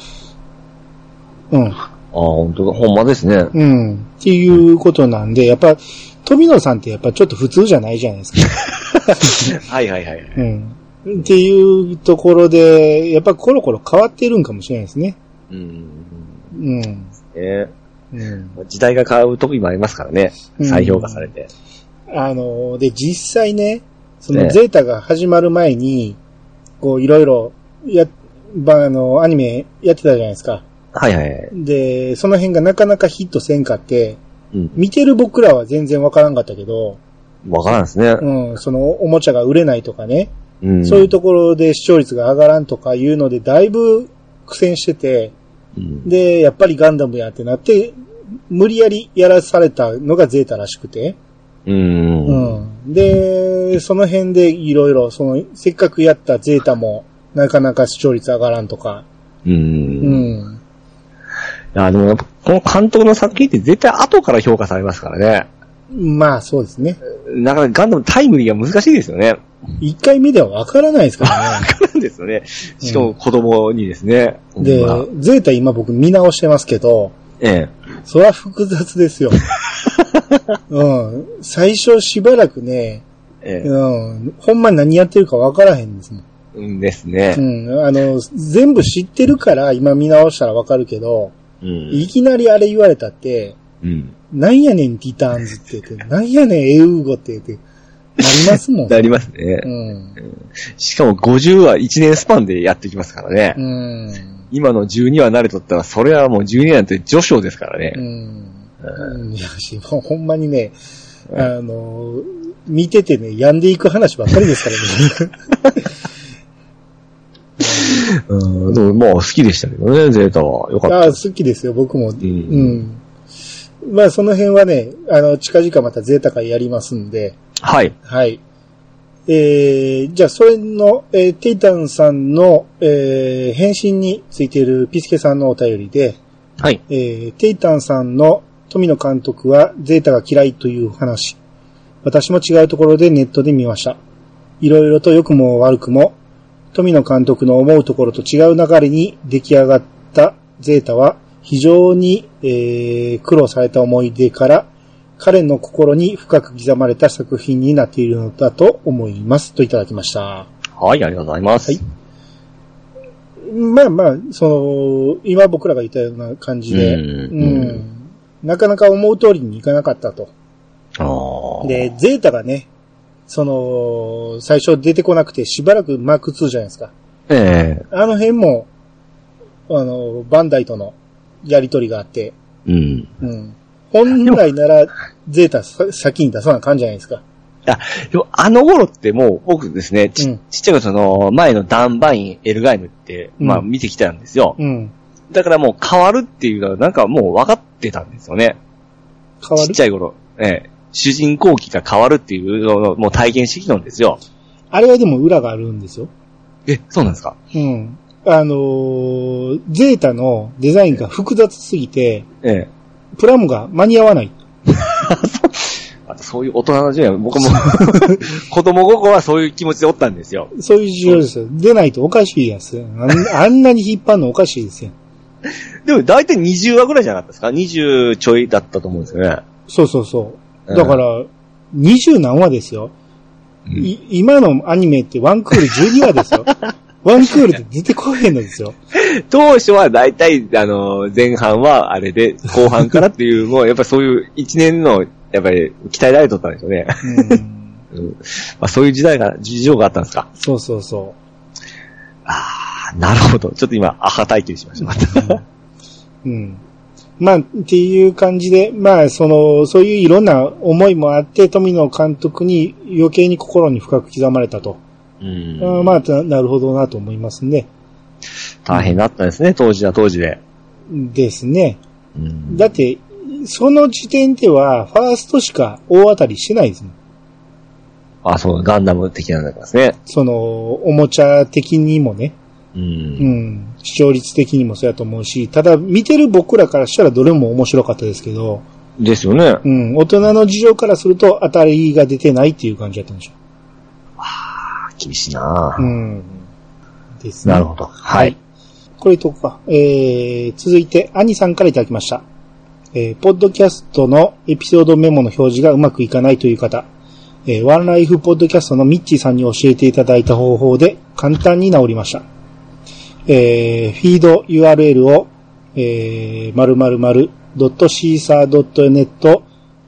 本当だ。ほんまですね。 っていうことなんで、やっぱ、富野さんってやっぱちょっと普通じゃないじゃないですか。 はいはいはい。 っていうところで、やっぱコロコロ変わってるんかもしれないですね。 時代が変わる時もありますからね。再評価されて。 で、実際ね、ゼータが始まる前に、こう、いろいろ、アニメやってたじゃないですか。 はいはい。 で、その辺がなかなかヒットせんかって、見てる僕らは全然わからんかったけど、 わからんですね。 おもちゃが売れないとかね、そういうところで視聴率が上がらんとかいうので、だいぶ苦戦してて、で、やっぱりガンダムやってなって、無理やりやらされたのがゼータらしくて、 で、その辺でいろいろ、せっかくやったゼータも、なかなか視聴率上がらんとか。 うん。いや、でも、この監督の作品って絶対後から評価されますからね。 まあ、そうですね。 なかなかガンダムタイムリーが難しいですよね。 1回目では分からないですからね。 分からんですよね。しかも子供にですね。 で、ゼータ今僕見直してますけど、それは複雑ですよ。うん。最初しばらくね、ほんまに何やってるか分からへんですもん。 ですね。 全部知ってるから今見直したら分かるけど、いきなりあれ言われたって、なんやねんティターンズって言って、なんやねんエウーゴって言って、なりますもん。 なりますね。しかも50話1年スパンでやってきますからね。今の12話慣れとったら、それはもう12話なんて序章ですからね。 いや、ほんまにね、見ててね、病んでいく話ばっかりですからね。 でもまあ好きでしたけどね、ゼータは。よかった。 好きですよ、僕も。まあその辺はね、近々またゼータ会やりますんで。 はい。 はい。じゃあそれの、テイタンさんの、返信についているピスケさんのお便りで、 はい。 テイタンさんの富野監督はゼータが嫌いという話。私も違うところでネットで見ました。いろいろと良くも悪くも、富野監督の思うところと違う流れに出来上がったゼータは非常に、苦労された思い出から彼の心に深く刻まれた作品になっているのだと思いますといただきました。 はい、ありがとうございます。はい。 まあまあ、今僕らが言ったような感じで、なかなか思う通りにいかなかったと。で、ゼータがね、最初出てこなくてしばらくマーク2じゃないですか。あの辺も、バンダイとのやりとりがあって、本来ならゼータ先に出そうな感じじゃないですか。 でも頃ってもう僕ですね、ちっちゃい前のダンバイン、エルガイムって、まあ見てきたんですよ。だからもう変わるっていうのはなんかもう分かってたんですよね。変わる？ちっちゃい頃。主人公機が変わるっていうのをもう体験してきたんですよ。 あれはでも裏があるんですよ。 そうなんですか？ ゼータのデザインが複雑すぎて、プラモが間に合わない。 そういう大人の事情、僕も子供心はそういう気持ちでおったんですよ。 そういう事情ですよ。出ないとおかしいやつ。あんなに引っ張るのおかしいですよ。 でも大体20話ぐらいじゃなかったですか？ 20 ちょいだったと思うんですよね。 そう。だから、20何話ですよ。今のアニメってワンクール12話ですよ。ワンクールで出てこへんのですよ。 当初は大体、前半はあれで、後半からっていう、もうやっぱそういう一年の、やっぱり期待られとったんですよね。まあ、そういう事情があったんですか？そう。なるほど。ちょっと今、アハ体験しました。 まあ、っていう感じで、まあ、そういういろんな思いもあって、富野監督に余計に心に深く刻まれたと。まあ、なるほどなと思いますね。 大変だったですね、当時で。 ですね。だって、その時点では、ファーストしか大当たりしてないですもん。 そう、ガンダム的なんですね。 おもちゃ的にもね。視聴率的にもそうやと思うし、ただ見てる僕らからしたらどれも面白かったですけど。 ですよね。 大人の事情からすると当たりが出てないっていう感じだったんでしょう。 厳しいなですね。 なるほど。はい。 これとか。続いて、兄さんからいただきました。ポッドキャストのエピソードメモの表示がうまくいかないという方。ワンライフポッドキャストのミッチーさんに教えていただいた方法で簡単に治りました。フィード URL を、○○.caesar.net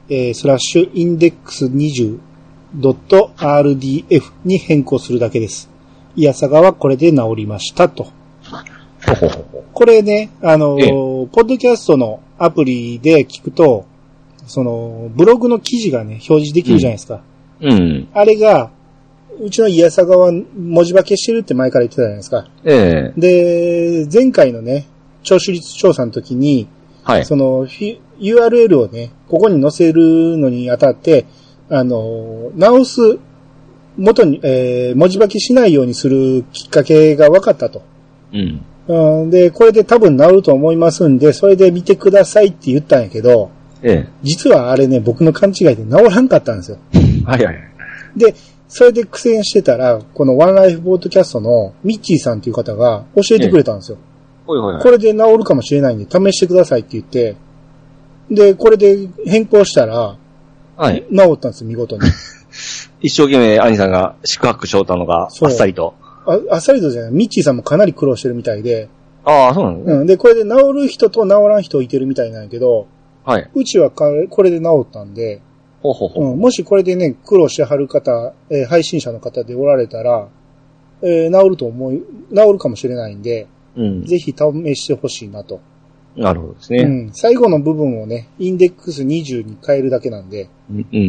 /index20.rdf に変更するだけです。いやさがはこれで治りましたと。これね、ポッドキャストのアプリで聞くと、ブログの記事がね、表示できるじゃないですか。あれが、うちのイヤサガは文字化けしてるって前から言ってたじゃないですか。で、前回のね、聴取率調査の時に、URL をね、ここに載せるのにあたって、 直す、元に、文字化けしないようにするきっかけが分かったと。で、これで多分治ると思いますんで、それで見てくださいって言ったんやけど、実はあれね、僕の勘違いで治らんかったんですよ。 はいはい。 で、それで苦戦してたら、このワンライフポッドキャストのミッチーさんっていう方が教えてくれたんですよ。これで治るかもしれないんで試してくださいって言って、で、これで変更したら、治ったんですよ、見事に。 一生懸命兄さんが四苦八苦しょうたのが、あっさりと。 あっさりとじゃない、ミッチーさんもかなり苦労してるみたいで。 ああ、そうなのね。 うん。で、これで治る人と治らん人いてるみたいなんやけど、はい。うちはこれで治ったんで、もしこれでね、苦労してはる方、配信者の方でおられたら、治るかもしれないんで、ぜひ試してほしいなと。 なるほどですね。 最後の部分をね、インデックス20に変えるだけなんで。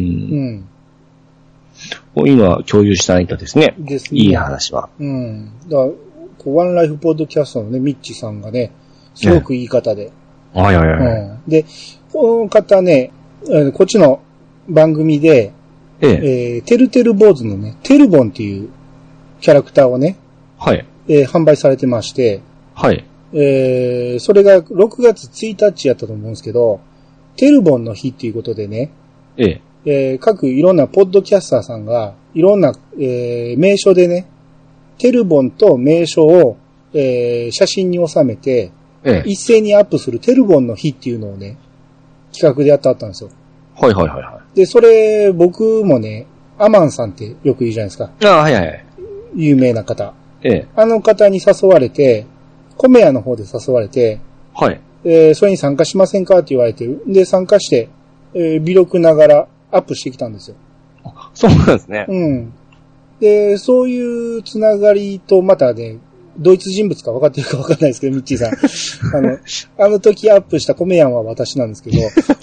こういうのは共有したいとですね。ですね。いい話は。 だからワンライフポッドキャストのね、ミッチさんがね、すごくいい方で。で、この方ね、こっちの番組で、てるてる坊主のね、てるぼんっていうキャラクターをね、販売されてまして、それが6月1日やったと思うんですけど、てるぼんの日っていうことでね、各いろんなポッドキャスターさんが、いろんな、名称でね、テルボンと名称を、写真に収めて、一斉にアップするテルボンの日っていうのをね、企画でやってあったんですよ。で、それ、僕もね、アマンさんってよく言うじゃないですか。有名な方。あの方に誘われて、コメヤの方で誘われて、それに参加しませんかって言われて、で、参加して、微力ながらアップしてきたんですよ。 そうなんですね。 で、そういうつながりと、またね、同一人物か分かってるか分かんないですけど、ミッチーさん。あの時アップしたコメヤンは私なんですけど、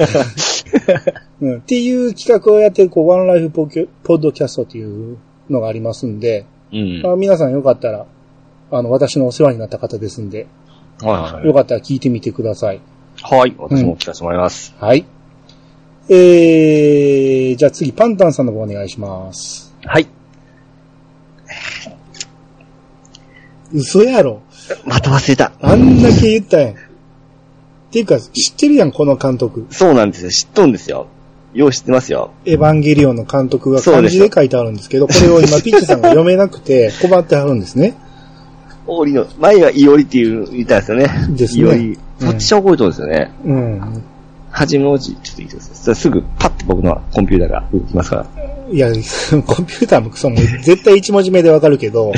っていう企画をやってる、ワンライフポッドキャストっていうのがありますんで、皆さんよかったら、私のお世話になった方ですんで、よかったら聞いてみてください。 はい、私も聞かせてもらいます。 はい。じゃあ次、パンタンさんの方お願いします。 はい。 嘘やろ。 また忘れた。 あんだけ言ったやん。っていうか、知ってるやん、この監督。 そうなんですよ。知っとんですよ。よう知ってますよ。 エヴァンゲリオンの監督が漢字で書いてあるんですけど、これを今、ピッチさんが読めなくて困ってはるんですね。 前がイオリって言ったんですよね。 ですね。 イオリ。そっちは覚えとるんですよね。はじめのうち、ちょっといいですか？すぐパッて僕のコンピューターが動きますから。 いや、コンピューターもクソも絶対一文字目でわかるけど、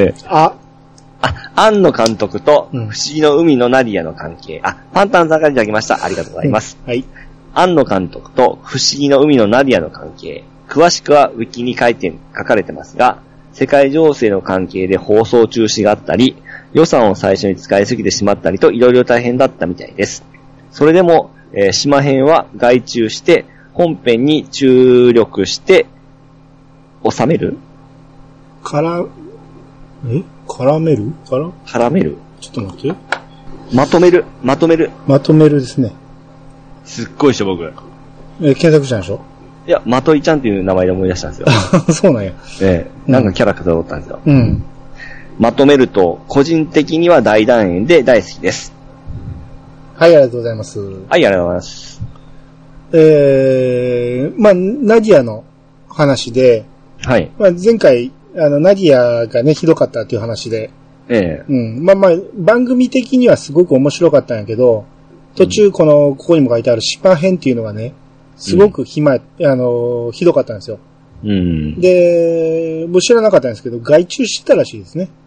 庵野監督と不思議の海のナディアの関係。パンタンさんからいただきました。ありがとうございます。 はい。 庵野監督と不思議の海のナディアの関係。詳しくはウィキに書かれてますが、世界情勢の関係で放送中止があったり、予算を最初に使いすぎてしまったりといろいろ大変だったみたいです。それでも、島編は外注して本編に注力して収める？ 絡める？ 絡める？ ちょっと待って。 まとめる。 まとめるですね。 すっごいでしょ、僕。 検索したんでしょ？ いや、まといちゃんっていう名前で思い出したんですよ。 そうなんや。 なんかキャラクターだったんですよ。まとめると、個人的には大団円で大好きです。 はい、ありがとうございます。 はい、ありがとうございます。 ナディアの話で、 はい。 前回、ナディアがね、ひどかったっていう話で、番組的にはすごく面白かったんやけど、途中ここにも書いてあるシパ編っていうのがね、すごくひどかったんですよ。で、僕知らなかったんですけど、外注してたらしいですね。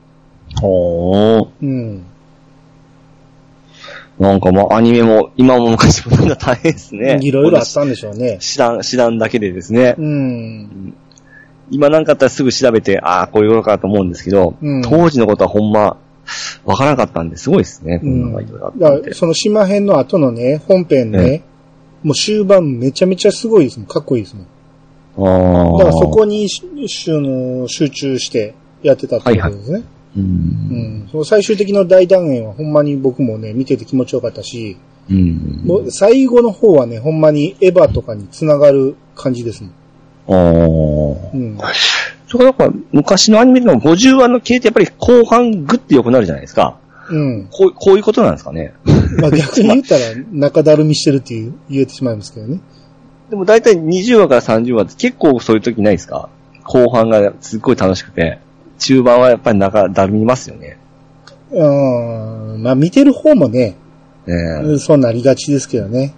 なんかアニメも、今も昔も大変ですね。 いろいろあったんでしょうね。 知らんだけでですね。今なんかあったらすぐ調べて、こういうことかと思うんですけど、当時のことはほんま、わからなかったんで、すごいですね。 その島編の後のね、本編ね、もう終盤めちゃめちゃすごいですもん。かっこいいですもん。だからそこに集中してやってたってことですね。その最終的な大団円はほんまに僕もね、見てて気持ちよかったし、もう最後の方はね、ほんまにエヴァとかに繋がる感じですもん。 うん。それから昔のアニメの50話の系ってやっぱり後半グッて良くなるじゃないですか。うん。こういうことなんですかね。 まあ逆に言ったら中だるみしてるって言えてしまいますけどね。 でも大体20話から30話って結構そういう時ないですか？後半がすっごい楽しくて、中盤はやっぱり中だるみますよね。 まあ見てる方もね、そうなりがちですけどね。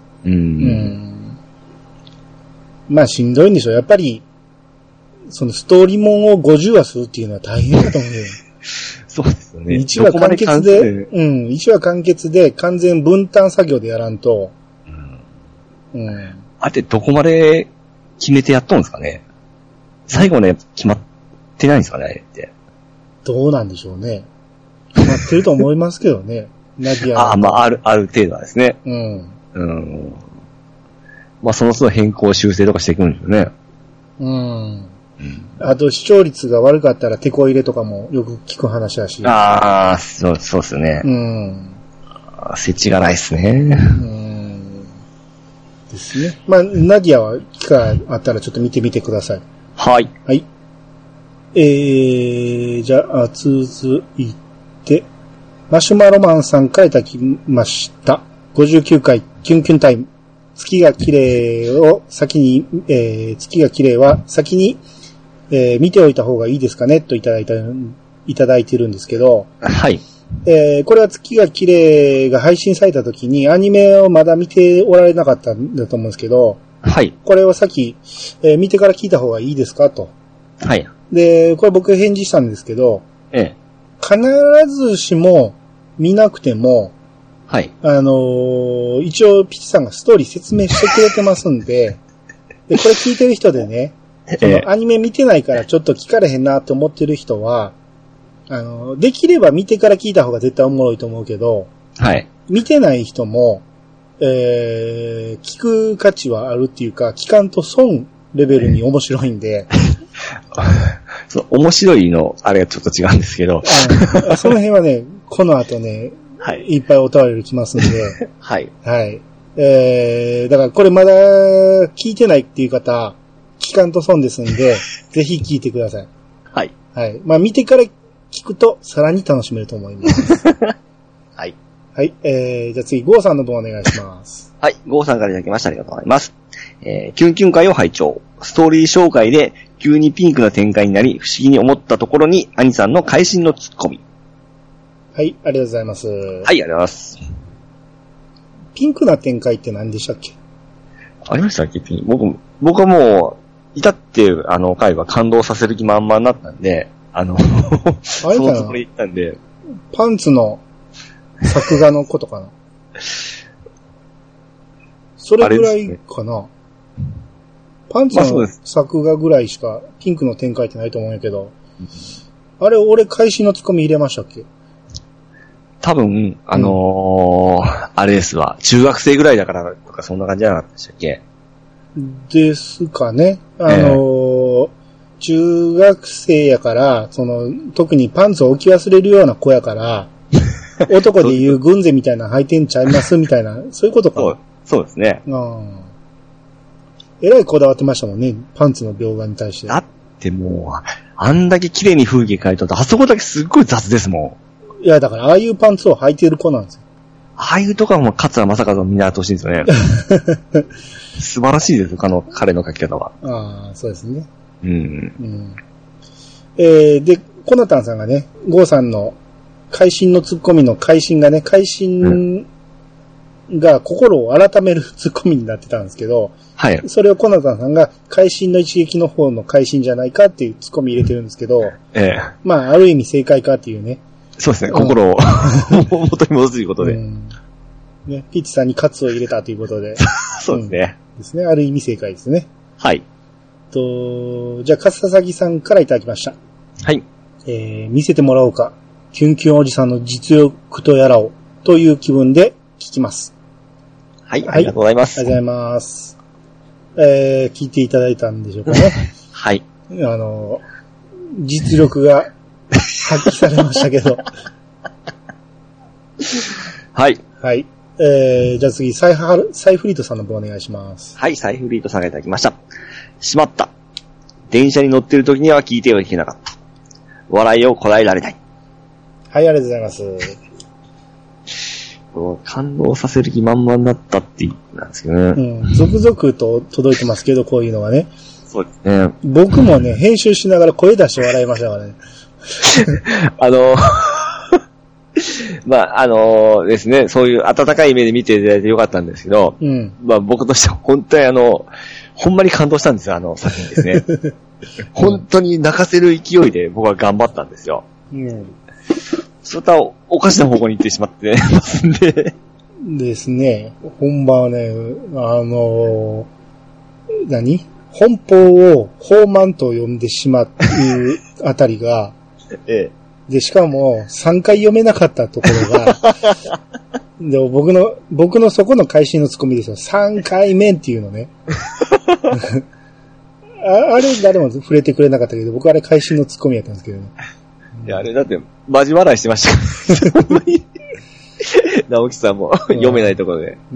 まあしんどいんでしょう。やっぱり、そのストーリーもんを50話するっていうのは大変だと思うよ。 そうですよね。 1話完結で、1話完結で完全分担作業でやらんと。 あれってどこまで決めてやっとんですかね。最後まで決まってないんですかね、あれって。 どうなんでしょうね。決まってると思いますけどね。ナディア。 まあ、ある程度はですね。まあ、その都度変更修正とかしていくんですよね。 あと、視聴率が悪かったらテコ入れとかもよく聞く話だし。 そうですね。設置がないですね。 ですね。まあ、ナディアは機会あったらちょっと見てみてください。 はい。 はい。じゃあ、続いて、マシュマロマンさんからいただきました。59回キュンキュンタイム。月が綺麗は先に、見ておいた方がいいですかねといただいてるんですけど。 はい。 これは月が綺麗が配信された時にアニメをまだ見ておられなかったんだと思うんですけど。 はい。 これをさっき、見てから聞いた方がいいですかと。 はい。 で、これ僕返事したんですけど。必ずしも見なくても、 はい。 一応ピチさんがストーリー説明してくれてますんで、で、これ聞いてる人でね、そのアニメ見てないからちょっと聞かれへんなって思ってる人は、できれば見てから聞いた方が絶対おもろいと思うけど、 はい。 見てない人も、聞く価値はあるっていうか、聞かんと損レベルに面白いんで、 面白いの、あれはちょっと違うんですけど。 その辺はね、この後ね、 はい。 いっぱいお便り来ますんで。 はい。 はい。だからこれまだ聞いてないっていう方、聞かんと損ですんで、ぜひ聞いてください。 はい。 はい。まあ見てから聞くとさらに楽しめると思います。 はい。 はい。じゃあ次、ゴーさんの分お願いします。 はい。ゴーさんからいただきました。ありがとうございます。キュンキュン会を拝聴。ストーリー紹介で急にピンクな展開になり、不思議に思ったところに、兄さんの会心のツッコミ。 はい、ありがとうございます。はい、 ありがとうございます。 ピンクな展開って何でしたっけ？ ありましたっけ？僕はもう、至って、回は感動させる気満々になったんで、 あれかな？ そのつもりで言ったんで。 パンツの作画のことかな？それぐらいかな？パンツの作画ぐらいしかピンクの展開ってないと思うんやけど、あれ俺会心のツッコミ入れましたっけ？ 多分、あれですわ。中学生ぐらいだからとかそんな感じじゃなかったでしたっけ？ ですかね。中学生やから、特にパンツを置き忘れるような子やから、男で言う軍勢みたいな履いてんちゃいますみたいな、そういうことかな。 そうですね。 えらいこだわってましたもんね、パンツの描画に対して。 だってもう、あんだけ綺麗に風景描いとって、あそこだけすっごい雑ですもん。 いや、だから、ああいうパンツを履いてる子なんですよ。 ああいうとこはもう、桂正和を見習ってほしいんですよね。素晴らしいです、彼の描き方は。 ああ、そうですね。 で、 コナタンさんがね、ゴーさんの会心のツッコミの会心がね、会心が心を改めるツッコミになってたんですけど、 はい。 それをコナタンさんが会心の一撃の方の会心じゃないかっていうツッコミ入れてるんですけど、まあ、ある意味正解かっていうね。 そうですね、心を元に戻すということで。 ね、ピッチさんにカツを入れたということで。 そうですね。 ですね、ある意味正解ですね。 はい。 じゃあ、かささぎさんからいただきました。 はい。 見せてもらおうか。キュンキュンおじさんの実力とやらをという気分で聞きます。 はい、ありがとうございます。 ありがとうございます。聞いていただいたんでしょうかね。 はい。 実力が発揮されましたけど。 はい。 はい。じゃあ次、サイフリートさんの方お願いします。 はい、サイフリートさんがいただきました。しまった。 電車に乗ってる時には聞いてはいけなかった。笑いをこらえられない。 はい、ありがとうございます。 感動させる気満々だったってなんですけどね。 うん。続々と届いてますけど、こういうのはね。 そうですね。 僕もね、編集しながら声出して笑いましたからね。 まあ、ですね、そういう温かい目で見ていただいてよかったんですけど、うん、まあ僕としては本当にほんまに感動したんですよ、作品ですね。本当に泣かせる勢いで僕は頑張ったんですよ。うん。それとはおかしな方向に行ってしまってますんで。 ですね。本番はね、本邦を放漫と呼んでしまうあたりが、ええ。で、しかも3回読めなかったところが、で僕のそこの会心のツッコミですよ。3回目っていうのね。あれ誰も触れてくれなかったけど、僕あれ会心のツッコミやったんですけどね。 いや、あれだって、マジ笑いしてました。直樹さんも読めないところで。 うん。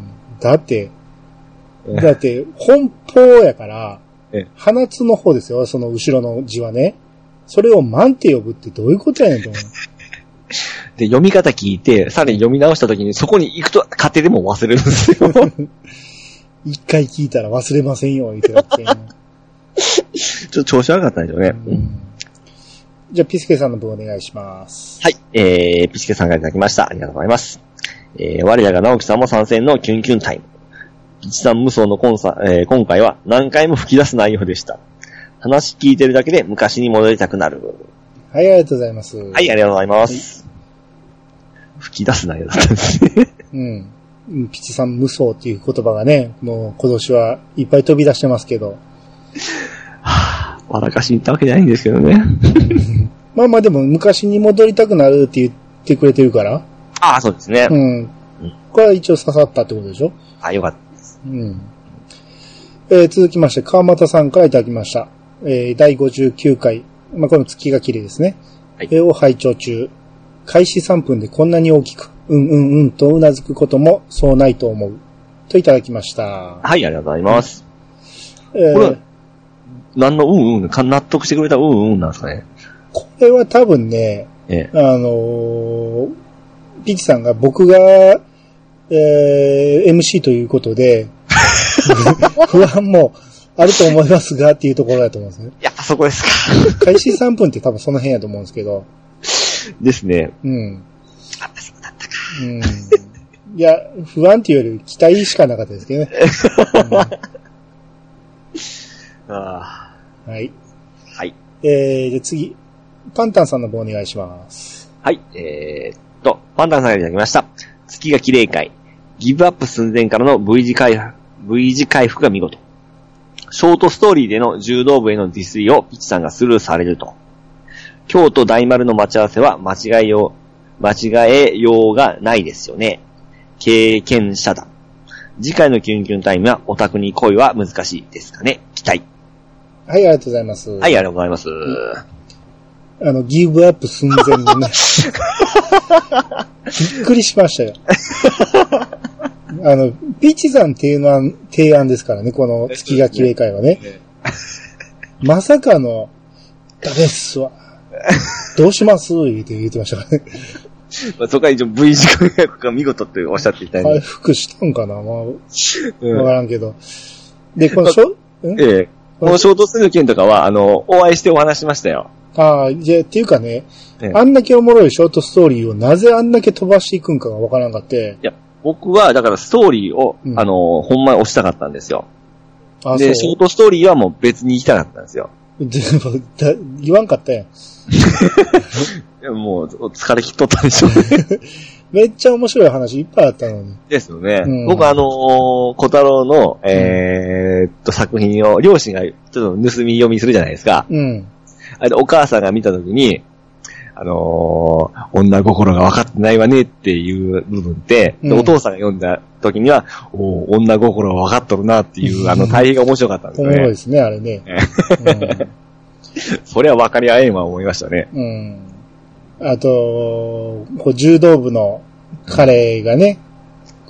だって、本邦やから、放つの方ですよ、その後ろの字はね。それを満って呼ぶってどういうことやねんと思う。 で、読み方聞いて、さらに読み直した時にそこに行くと勝手でも忘れるんですよ。 一回聞いたら忘れませんよ、言ってたって。ちょっと調子悪かったんでしょうね。 じゃあ、ピスケさんの分お願いします。 はい、ピスケさんからいただきました。ありがとうございます。我らが直樹さんも参戦のキュンキュンタイム。ピチさん無双の今回は何回も吹き出す内容でした。話聞いてるだけで昔に戻りたくなる。 はい、ありがとうございます。 はい、ありがとうございます。吹き出す内容だったんですね。 うん。ピチさん無双っていう言葉がね、もう今年はいっぱい飛び出してますけど。 笑かしに行ったわけじゃないんですけどね。 まあまあでも昔に戻りたくなるって言ってくれてるから。 ああ、そうですね。 うん。これは一応刺さったってことでしょ？ あ、よかったです。 うん。続きまして、川又さんからいただきました。第59回。まあこの月が綺麗ですね。はい。を拝聴中。開始3分でこんなに大きく、とうなずくこともそうないと思う。といただきました。 はい、ありがとうございます。これ何の納得してくれたなんですかね。 これは多分ね、ピチさんが僕が、MC ということで、不安もあると思いますがっていうところだと思うんですね。 やっぱそこですか。 開始3分って多分その辺やと思うんですけど。 ですね。 うん。そうだったか。うん。いや、不安っていうより期待しかなかったですけどね。 はい。 はい。で次、パンタンさんの方お願いします。 はい。パンタンさんがいただきました。月が綺麗会。ギブアップ寸前からの V 字回復が見事。ショートストーリーでの柔道部へのディスリをピチさんがスルーされると。京都大丸の待ち合わせは間違えようがないですよね。経験者だ。次回のキュンキュンタイムはオタクに恋は難しいですかね。期待。 はい、ありがとうございます。 はい、ありがとうございます。 ギブアップ寸前のね。びっくりしましたよ。ピーチさん提案ですからね、この月が綺麗会はね。まさかの、ダメっすわ。どうします言ってましたからね。 まあ、そこは一応 V 字回復が見事っておっしゃっていただいて。 回復したんかな、まあ、わからんけど。で、このこのショートスルー件とかは、お会いしてお話しましたよ。 ああ、じゃあ、っていうかね、あんだけおもろいショートストーリーをなぜあんだけ飛ばしていくんかがわからんかって。 いや、僕は、だからストーリーを、ほんまに押したかったんですよ。で、ショートストーリーはもう別に行きたかったんですよ。 言わんかったやん。 もう、疲れ切っとったでしょうね。 めっちゃ面白い話いっぱいあったのに。 ですよね。僕小太郎の、作品を、両親がちょっと盗み読みするじゃないですか。お母さんが見たときに、女心が分かってないわねっていう部分で、お父さんが読んだときには、女心が分かっとるなっていう、対比が面白かったんですよね。 面白いですね、あれね。 それは分かり合えんわ思いましたね。 あと、柔道部の彼がね、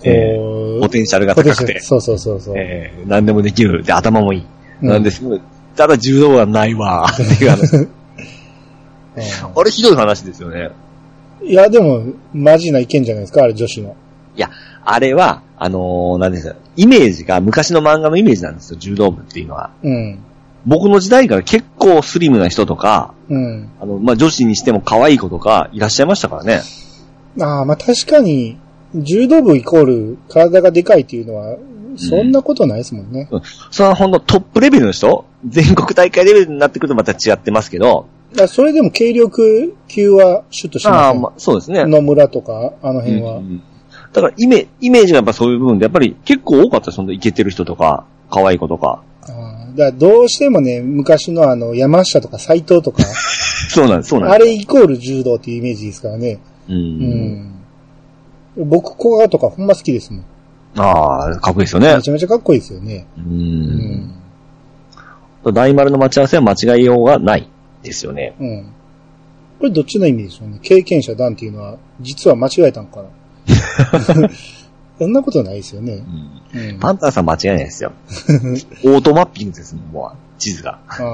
ポテンシャルが高くて。 そう。 何でもできる。で、頭もいい。なんですけど、 ただ柔道はないわーっていう話。あれひどい話ですよね。 いや、でも、マジな意見じゃないですか、あれ女子の。 いや、あれは、なんですか、イメージが昔の漫画のイメージなんですよ、柔道部っていうのは。うん。僕の時代から結構スリムな人とか、うん。まあ、女子にしても可愛い子とかいらっしゃいましたからね。 ああ、まあ、確かに、柔道部イコール体がでかいっていうのは、そんなことないですもんね。 うん。それはほんとトップレベルの人全国大会レベルになってくるとまた違ってますけど。 それでも軽力級はシュッとしますね。ああ、まあ、 そうですね。 野村とか、あの辺は。うん、 だからイメージがやっぱそういう部分で、やっぱり結構多かったです。そのイケてる人とか、可愛い子とか。 だからどうしてもね、昔の山下とか斎藤とか。 そうなんです、そうなんです。 あれイコール柔道っていうイメージですからね。うん。僕、古賀とかほんま好きですもん。 ああ、かっこいいですよね。 めちゃめちゃかっこいいですよね。 大丸の待ち合わせは間違いようがないですよね。うん。 これどっちの意味でしょうね。経験者団っていうのは、実は間違えたんかな。そんなことないですよね。 うん。パンタンさん間違いないですよ。オートマッピングですもん、もう、地図が。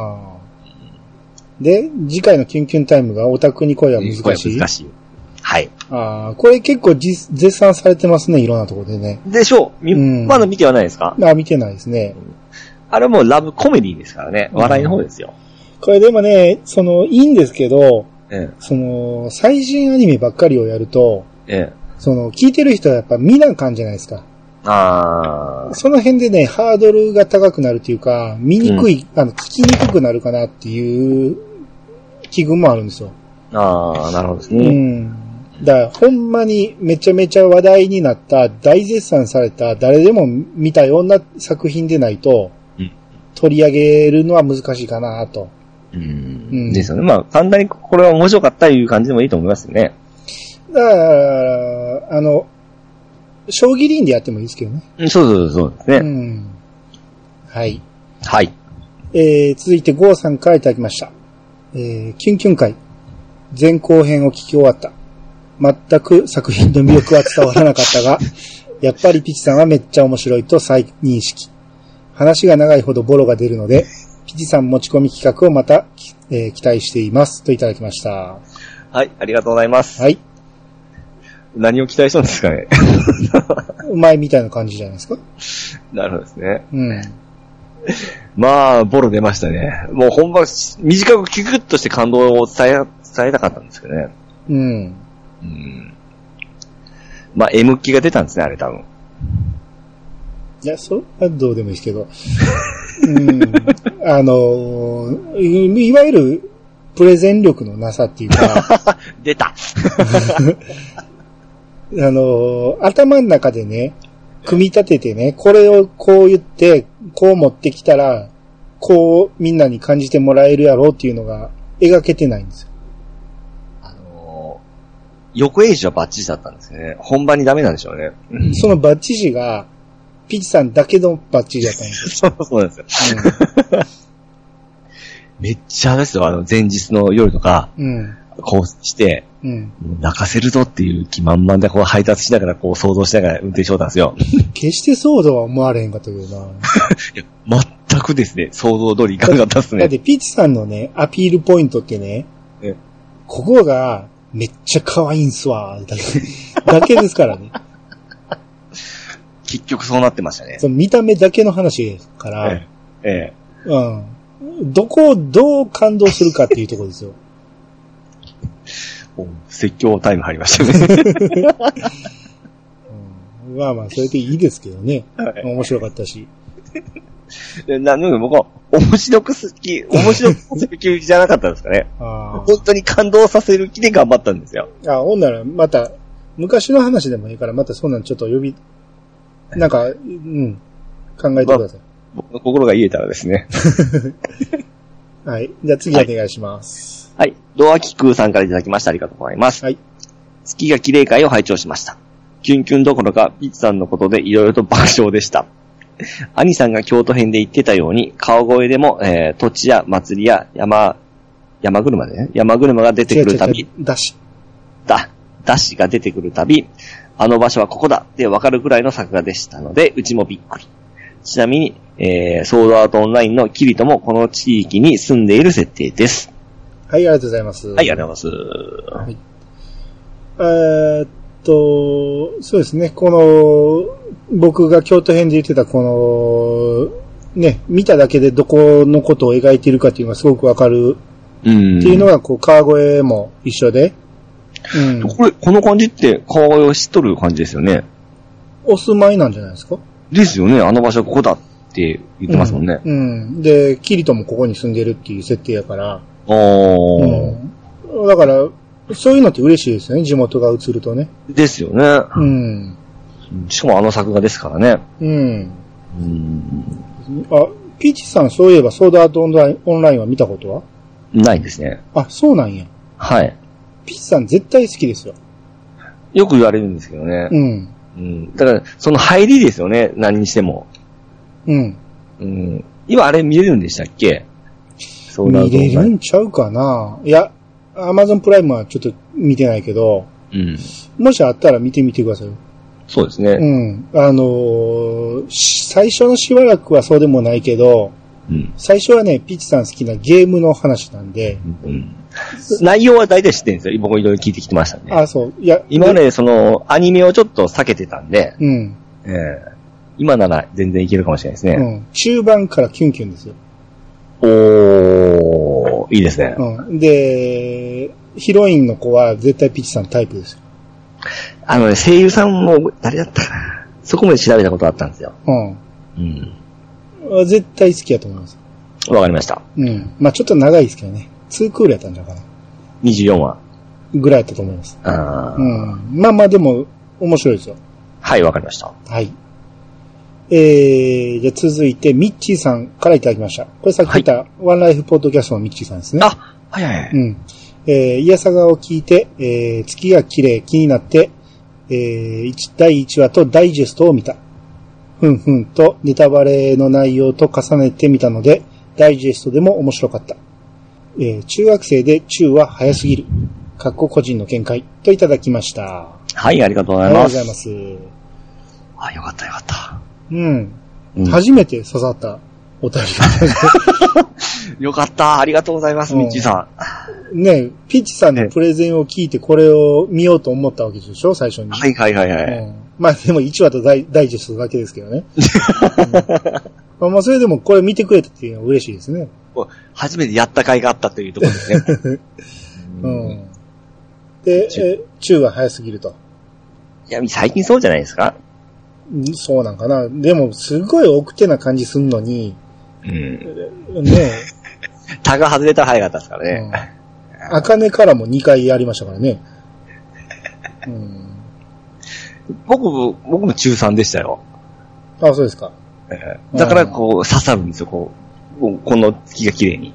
で、次回のキュンキュンタイムがオタクに声は難しい。 難しい。はい。 これ結構絶賛されてますね、いろんなところでね。 でしょう。まだ見てはないですか？ 見てないですね。 あれもラブコメディですからね。笑いの方ですよ。 これでもね、いいんですけど、最新アニメばっかりをやると、聞いてる人はやっぱ見な感じじゃないですか。その辺でね、ハードルが高くなるというか、見にくい、聞きにくくなるかなっていう気分もあるんですよ。 なるほどですね。 だから、ほんまにめちゃめちゃ話題になった、大絶賛された、誰でも見たような作品でないと、取り上げるのは難しいかなと。 ですよね。まあ、簡単にこれは面白かったいう感じでもいいと思いますよね。 だから、将棋リンでやってもいいですけどね。 そうですね。 はい。 はい。 続いてゴーさんからいただきました。キュンキュン会。前後編を聞き終わった。全く作品の魅力は伝わらなかったが、やっぱりピチさんはめっちゃ面白いと再認識。話が長いほどボロが出るので、ピチさん持ち込み企画をまた、期待していますといただきました。 はい、ありがとうございます。 はい。 何を期待したんですかね。 前みたいな感じじゃないですか。 なるほどですね。まあ、ボロ出ましたね。もう本番、短くキュクッとして感動を伝えたかったんですけどね。まあ、M 気が出たんですね、あれ多分。 いや、それはどうでもいいですけど。いわゆる、プレゼン力のなさっていうか。 出た頭の中でね、組み立ててね、これをこう言って、こう持ってきたら、こうみんなに感じてもらえるやろうっていうのが描けてないんですよ。 横エイジはバッチリだったんですね。本番にダメなんでしょうね。 そのバッチリが、ピチさんだけのバッチリだったんですよ。そうなんですよ。めっちゃですよ、前日の夜とか、こうして、泣かせるぞっていう気満々でこう配達しながらこう想像しながら運転しようなんですよ。 決してそうとは思われへんかったけどな。いや、全くですね、想像通りいかなかったですね。 だってピチさんのね、アピールポイントってね、ここがめっちゃ可愛いんすわ、だけですからね。 結局そうなってましたね。 その見た目だけの話ですから、どこをどう感動するかっていうところですよ。 説教タイム入りましたね。 まあまあ、それでいいですけどね。面白かったし。 なので僕は面白くする気じゃなかったんですかね。本当に感動させる気で頑張ったんですよ。 ほんならまた、昔の話でもいいから、またそんなんちょっとなんか、考えてください。 僕の心が癒えたらですね。 はい。じゃあ次お願いします。 はい。ドアキクーさんからいただきました。ありがとうございます。はい。月が綺麗会を拝聴しました。キュンキュンどころか、ピッツさんのことでいろいろと爆笑でした。兄さんが京都編で言ってたように、川越でも、土地や祭りや山車でね、山車が出てくるたび、ダッシが出てくるたび、あの場所はここだってわかるくらいの作画でしたので、うちもびっくり。 ちなみに、ソードアートオンラインのキリトもこの地域に住んでいる設定です。 はい、ありがとうございます。 はい、ありがとうございます。 はい。そうですね、この、僕が京都編で言ってたこの、ね、見ただけでどこのことを描いているかっていうのがすごくわかる。っていうのが、こう、川越も一緒で。 この感じって川越を知っとる感じですよね。 お住まいなんじゃないですか？ですよね、あの場所ここだって言ってますもんね。 で、キリトもここに住んでるっていう設定やから。だから、そういうのって嬉しいですよね、地元が映るとね。 ですよね。しかもあの作画ですからね。 ピーチさん、そういえばソードアートオンラインは見たことは？ ないですね。 あ、そうなんや。 はい。 ピーチさん絶対好きですよ。 よく言われるんですけどね。だから、その入りですよね、何にしても。今あれ見れるんでしたっけ？ 見れるんちゃうかな。いや、アマゾンプライムはちょっと見てないけど、もしあったら見てみてください。 そうですね。 最初のしばらくはそうでもないけど、最初はね、ピッチさん好きなゲームの話なんで、 内容は大体知ってるんですよ。僕もいろいろ聞いてきてましたんで。 あ、そう。いや、 今ね、アニメをちょっと避けてたんで、今なら全然いけるかもしれないですね。 中盤からキュンキュンですよ。 いいですね。 で、ヒロインの子は絶対ピッチさんタイプですよ。 声優さんも誰だったかな。そこまで調べたことあったんですよ。 絶対好きやと思います。 わかりました。 まあちょっと長いですけどね。2クールやったんじゃないかな。 24話。 ぐらいやったと思います。まあまあでも、面白いですよ。 はい、わかりました。 はい。じゃあ続いて、ミッチーさんからいただきました。これさっき言った、ワンライフポッドキャストのミッチーさんですね。 はい。 イヤサガを聞いて、月が綺麗気になって、第1話とダイジェストを見た。とネタバレの内容と重ねてみたので、ダイジェストでも面白かった。中学生で中は早すぎる。個人の見解といただきました。 はい、ありがとうございます。 ありがとうございます。よかったよかった。 初めて刺さったお便りがよかった。ありがとうございます、ミッチーさん。ね、ピッチさんのプレゼンを聞いてこれを見ようと思ったわけでしょ、最初に。 はい。 まあでも1話とダイジェストだけですけどね。まあそれでもこれ見てくれたっていうのは嬉しいですね。 初めてやった甲斐があったというところですね。 で、中は早すぎると。 いや、最近そうじゃないですか？ そうなんかな。でも、すごい奥手な感じすんのに、ねタが外れたら早かったですからね。 あかねからも2回やりましたからね。 僕も中3でしたよ。 あ、そうですか。 だから刺さるんですよ、この月が綺麗に。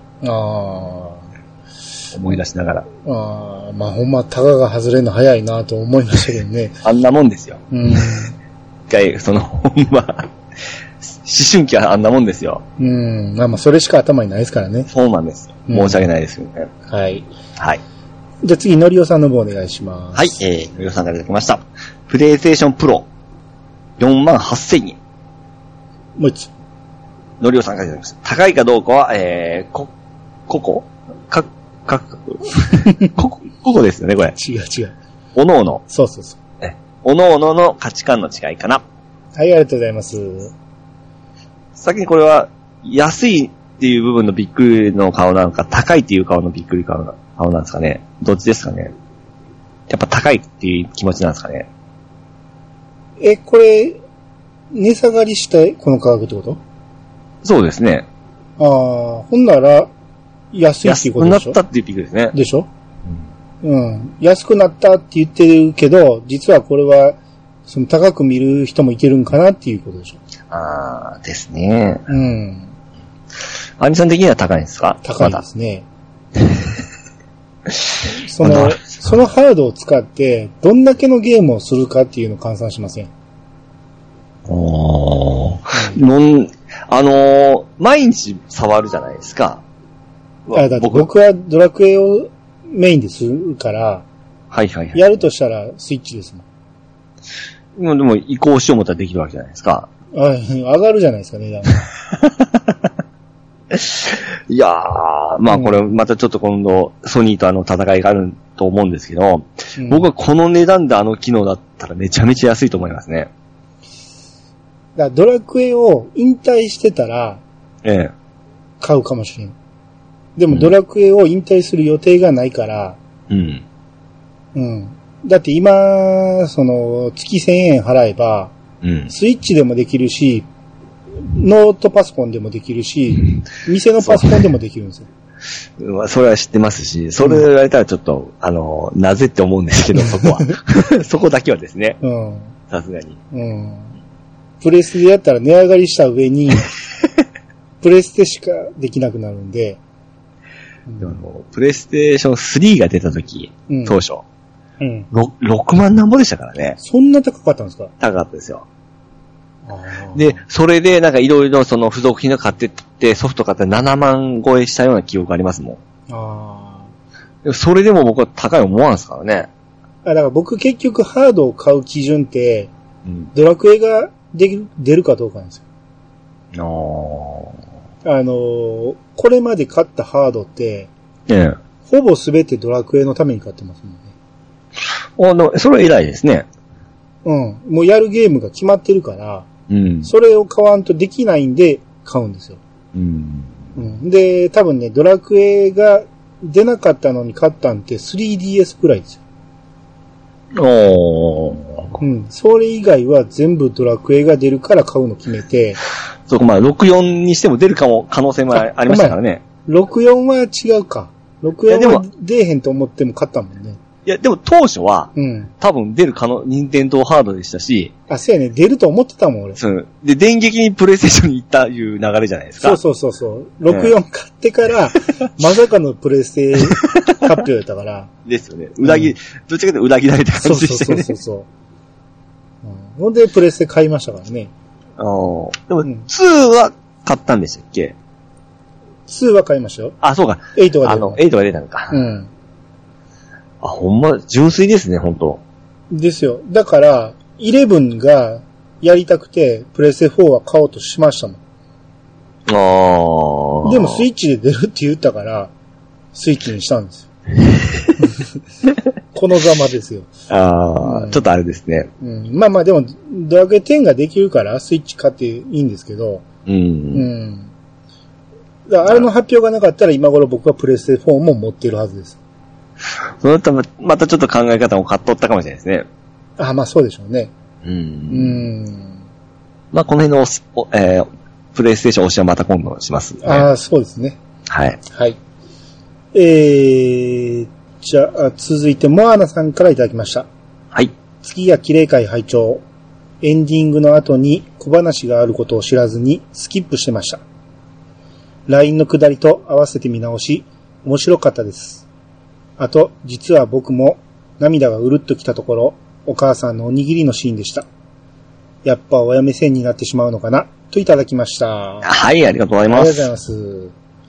思い出しながら。 まあほんま、タガが外れるの早いなと思いましたけどね。 あんなもんですよ。ほんま、思春期はあんなもんですよ。 まあそれしか頭にないですからね。 そうなんですよ。申し訳ないですよね。 はい。 はい。 じゃあ次、のりおさんの方お願いします。 はい、のりおさんからいただきました。プレイステーションプロ、48,000円。 もう一つ。 のりおさんからいただきました。高いかどうかは、ここですよね、これ。 違う。 おのおの。 そう。 おのおのの価値観の違いかな。 はい、ありがとうございます。 先にこれは、安いっていう部分のびっくりの顔なのか、高いっていう顔のびっくり顔なんですかね。どっちですかね。やっぱ高いっていう気持ちなんですかね。 これ、値下がりしたこの価格ってこと？ そうですね。 ほんなら、安いっていうことでしょ？ 安くなったっていうびっくりですね。 でしょ？安くなったって言ってるけど、実はこれは、高く見る人もいけるんかなっていうことでしょ。 ですね。アニさん的には高いんですか？ 高いですね。そのハードを使って、どんだけのゲームをするかっていうのを換算しません。 毎日触るじゃないですか。 だって僕はドラクエをメインでするから、やるとしたらスイッチですもん。 でも移行しよう思ったらできるわけじゃないですか。 上がるじゃないですかね、値段いやー、まあこれまたちょっと今度ソニーと戦いがあると思うんですけど、僕はこの値段で機能だったらめちゃめちゃ安いと思いますね。 だからドラクエを引退してたら、買うかもしれん。でもドラクエを引退する予定がないから、だって今、月1000円払えば、スイッチでもできるし、ノートパソコンでもできるし、店のパソコンでもできるんですよ。それは知ってますし、それ言われたらちょっと、なぜって思うんですけど、そこは。そこだけはですね。さすがに。 プレステでやったら値上がりした上に、プレステしかできなくなるんで。 でもプレイステーション3が出た時、当初。6万なんぼでしたからね。 そんな高かったんですか？ 高かったですよ。で、それでなんかいろいろその付属品を買ってってソフト買って7万超えしたような記憶ありますもん。それでも僕は高い思わんすからね。 だから僕結局ハードを買う基準って、ドラクエが出るかどうかなんですよ。これまで買ったハードって、ほぼ全てドラクエのために買ってますもんね。 それは偉いですね。 もうやるゲームが決まってるから、それを買わんとできないんで買うんですよ。で、多分ね、ドラクエが出なかったのに買ったんって 3DS くらいですよ。それ以外は全部ドラクエが出るから買うの決めて。 そうか、まあ、64にしても出る可能性もありましたからね。 64は違うか。64は出えへんと思っても買ったもんね。 いや、でも当初は、多分出る任天堂ハードでしたし。 そうやね、出ると思ってたもん、俺。 で、電撃にプレイステーションに行ったいう流れじゃないですか。 そう。64買ってから、まさかのプレイステ発表やったから。 ですよね。どっちかというと裏切られた感じでしたね。 そう。ほんで、プレイステ買いましたからね。 でも、2は買ったんでしたっけ？ 2 は買いましたよ。 そうか。 8が出た。 8が出たのか。ほんま、純粋ですね、ほんと。 ですよ。だから、11がやりたくて、プレイステ4は買おうとしましたもん。でもスイッチで出るって言ったから、スイッチにしたんですよ。このざまですよ。 ちょっとあれですね。 まあでも、ドラクエ10ができるから、スイッチ買っていいんですけど、だからあれの発表がなかったら、今頃僕はプレイステ4も持っているはずです。 そのたまたちょっと考え方も変わっとったかもしれないですね。 まあそうでしょうね。 まあこの辺のプレイステーション推しはまた今度しますね。 そうですね。 はい。 はい。じゃあ、続いて、モアナさんからいただきました。 はい。 月が綺麗会拝聴。エンディングの後に小話があることを知らずにスキップしてました。LINE の下りと合わせて見直し、面白かったです。あと、実は僕も涙がうるっときたところ、お母さんのおにぎりのシーンでした。やっぱ親目線になってしまうのかな、といただきました。 はい、ありがとうございます。 ありがとうございます。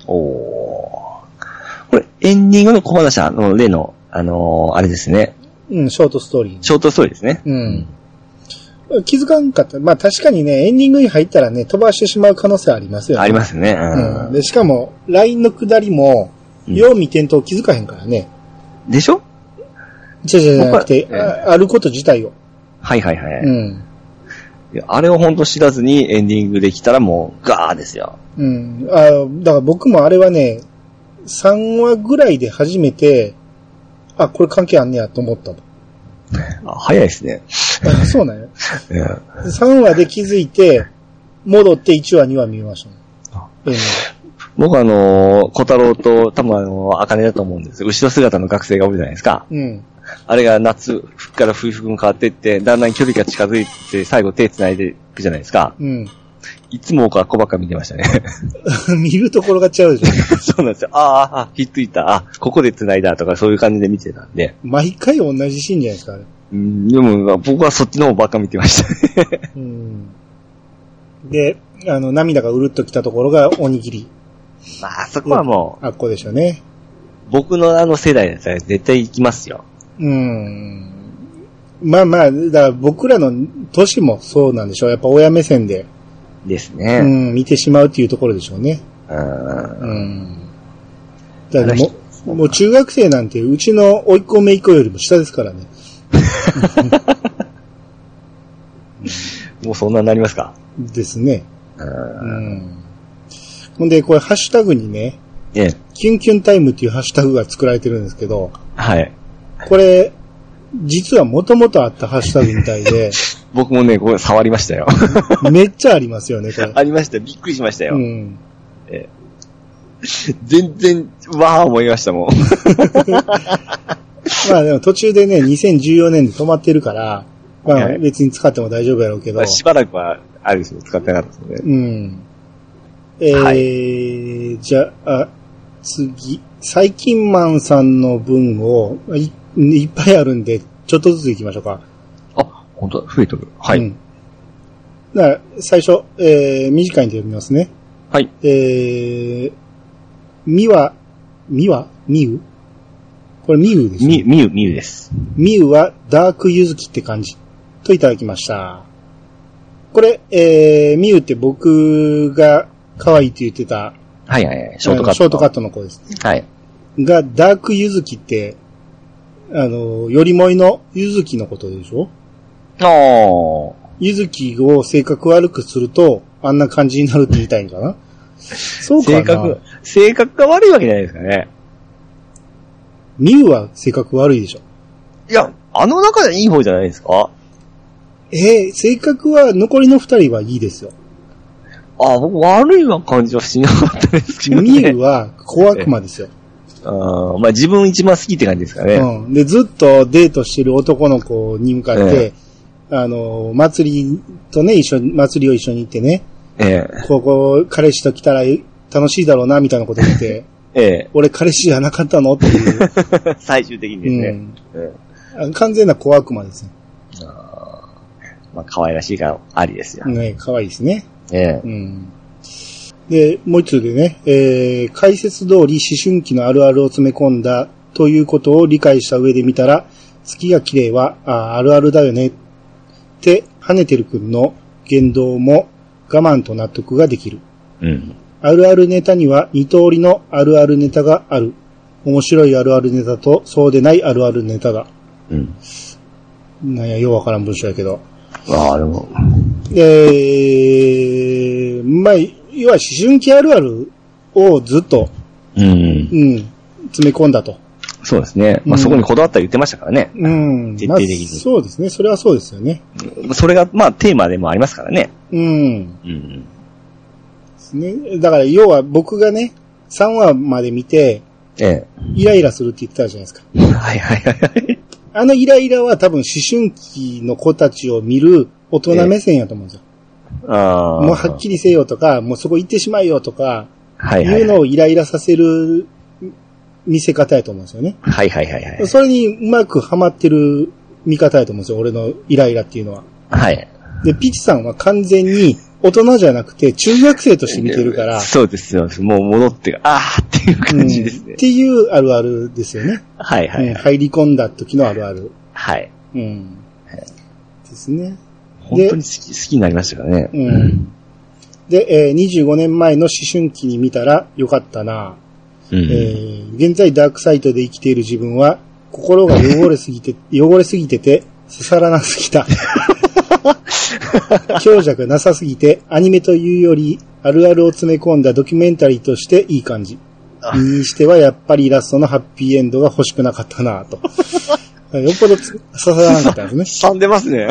これ、エンディングの小話の例の、あれですね。 ショートストーリー。 ショートストーリーですね。 気づかんかった。まあ確かにね、エンディングに入ったらね、飛ばしてしまう可能性ありますよね。 ありますね。 で、しかも、LINE の下りも、用味点灯気づかへんからね。 でしょ？ じゃなくて、あること自体を。 はい。あれを本当知らずにエンディングできたらもう、ガーですよ。 だから僕もあれはね、3話ぐらいで初めて、これ関係あんねやと思ったの。 早いですね。 そうなんや。3話で気づいて、戻って1話2話見ましたね。 僕小太郎と多分あかねだと思うんですよ。後ろ姿の学生がおるじゃないですか。あれが夏から冬服に変わっていって、だんだん距離が近づいて、最後手繋いでいくじゃないですか。いつも僕はこばっか見てましたね。 見るところが違うでしょ。 そうなんですよ。ひっついた。ここで繋いだとかそういう感じで見てたんで。 毎回同じシーンじゃないですか、あれ。 でも僕はそっちの方ばっか見てましたね。 で、涙がうるっときたところがおにぎり。 まあ、そこはもう。 ここでしょうね。 僕の世代だったら絶対行きますよ。 まあ、だから僕らの年もそうなんでしょう。やっぱ親目線で。 ですね。 うん、見てしまうっていうところでしょうね。だからもう中学生なんてうちの甥っ子姪っ子よりも下ですからね。 もうそんなになりますか？ ですね。ほんで、これハッシュタグにね、キュンキュンタイムっていうハッシュタグが作られてるんですけど、 はい。 これ、実はもともとあったハッシュタグみたいで、 僕もね、これ触りましたよ。 めっちゃありますよね、これ。 ありました。びっくりしましたよ。全然、わー思いましたもん。 まあでも途中でね、2014年で止まってるから、まあ別に使っても大丈夫やろうけど。まあ、 しばらくは、あれですよ、使ってなかったですね。 じゃあ、次。最近マンさんの分をいっぱいあるんで、ちょっとずつ行きましょうか。 あ、本当だ、増えてる。はい。 だから最初、短いんで読みますね。 はい。 みゆこれみゆですね。 みゆです。 みゆはダークゆずきって感じといただきました。これ、みゆって僕が可愛いって言ってた。 はいはいはい。ショートカットの子です。 はい。 が、ダークゆずきって、よりもいのゆずきのことでしょ？ゆずきを性格悪くすると、あんな感じになるって言いたいんかな？そうかな？ 性格が悪いわけじゃないですかね。 みゆは性格悪いでしょ？ いや、あの中でいい方じゃないですか？ 性格は残りの二人はいいですよ。 僕悪い感じはしなかったですけどね。 みゆは小悪魔ですよ。 まあ自分一番好きって感じですかね。 で、ずっとデートしてる男の子に向かって、祭りを一緒に行ってね、ここ、彼氏と来たら楽しいだろうな、みたいなこと言って、俺彼氏じゃなかったのっていう。 最終的にですね。 完全な小悪魔ですね。 まあ可愛らしいからありですよ。 ね、可愛いですね。で、もう一つでね、解説通り思春期のあるあるを詰め込んだということを理解した上で見たら、月が綺麗はあるあるだよねってハネてるくんの言動も我慢と納得ができる。あるあるネタには2通りのあるあるネタがある。面白いあるあるネタとそうでないあるあるネタが。なんや、ようわからん文章やけど。 でも。 まあ、要は思春期あるあるをずっと、詰め込んだと。 そうですね。まあ、そこにこだわったら言ってましたからね。徹底的に、 そうですね。それはそうですよね。 それが、まあ、テーマでもありますからね。 ですね。だから、要は僕がね、3話まで見て、イライラするって言ってたじゃないですか。 はいはいはい。 あのイライラは多分思春期の子たちを見る大人目線やと思うんですよ。もうはっきりせよとか、もうそこ行ってしまえよとか、いうのをイライラさせる見せ方やと思うんですよね。 はいはいはいはい。 それにうまくハマってる見方やと思うんですよ、俺のイライラっていうのは。 はい。 で、ピチさんは完全に大人じゃなくて中学生として見てるから。 そうですよ。もう戻って、っていう感じですね。 っていうあるあるですよね。 はいはい、 入り込んだ時のあるある。 はい。 ですね。 本当に好きになりましたからね。 で、25年前の思春期に見たらよかったな。現在ダークサイトで生きている自分は心が汚れすぎてて刺さらなすぎた。強弱なさすぎてアニメというよりあるあるを詰め込んだドキュメンタリーとしていい感じ。にしてはやっぱりラストのハッピーエンドが欲しくなかったなと。よっぽど刺さらなかったんですね。 噛んでますね。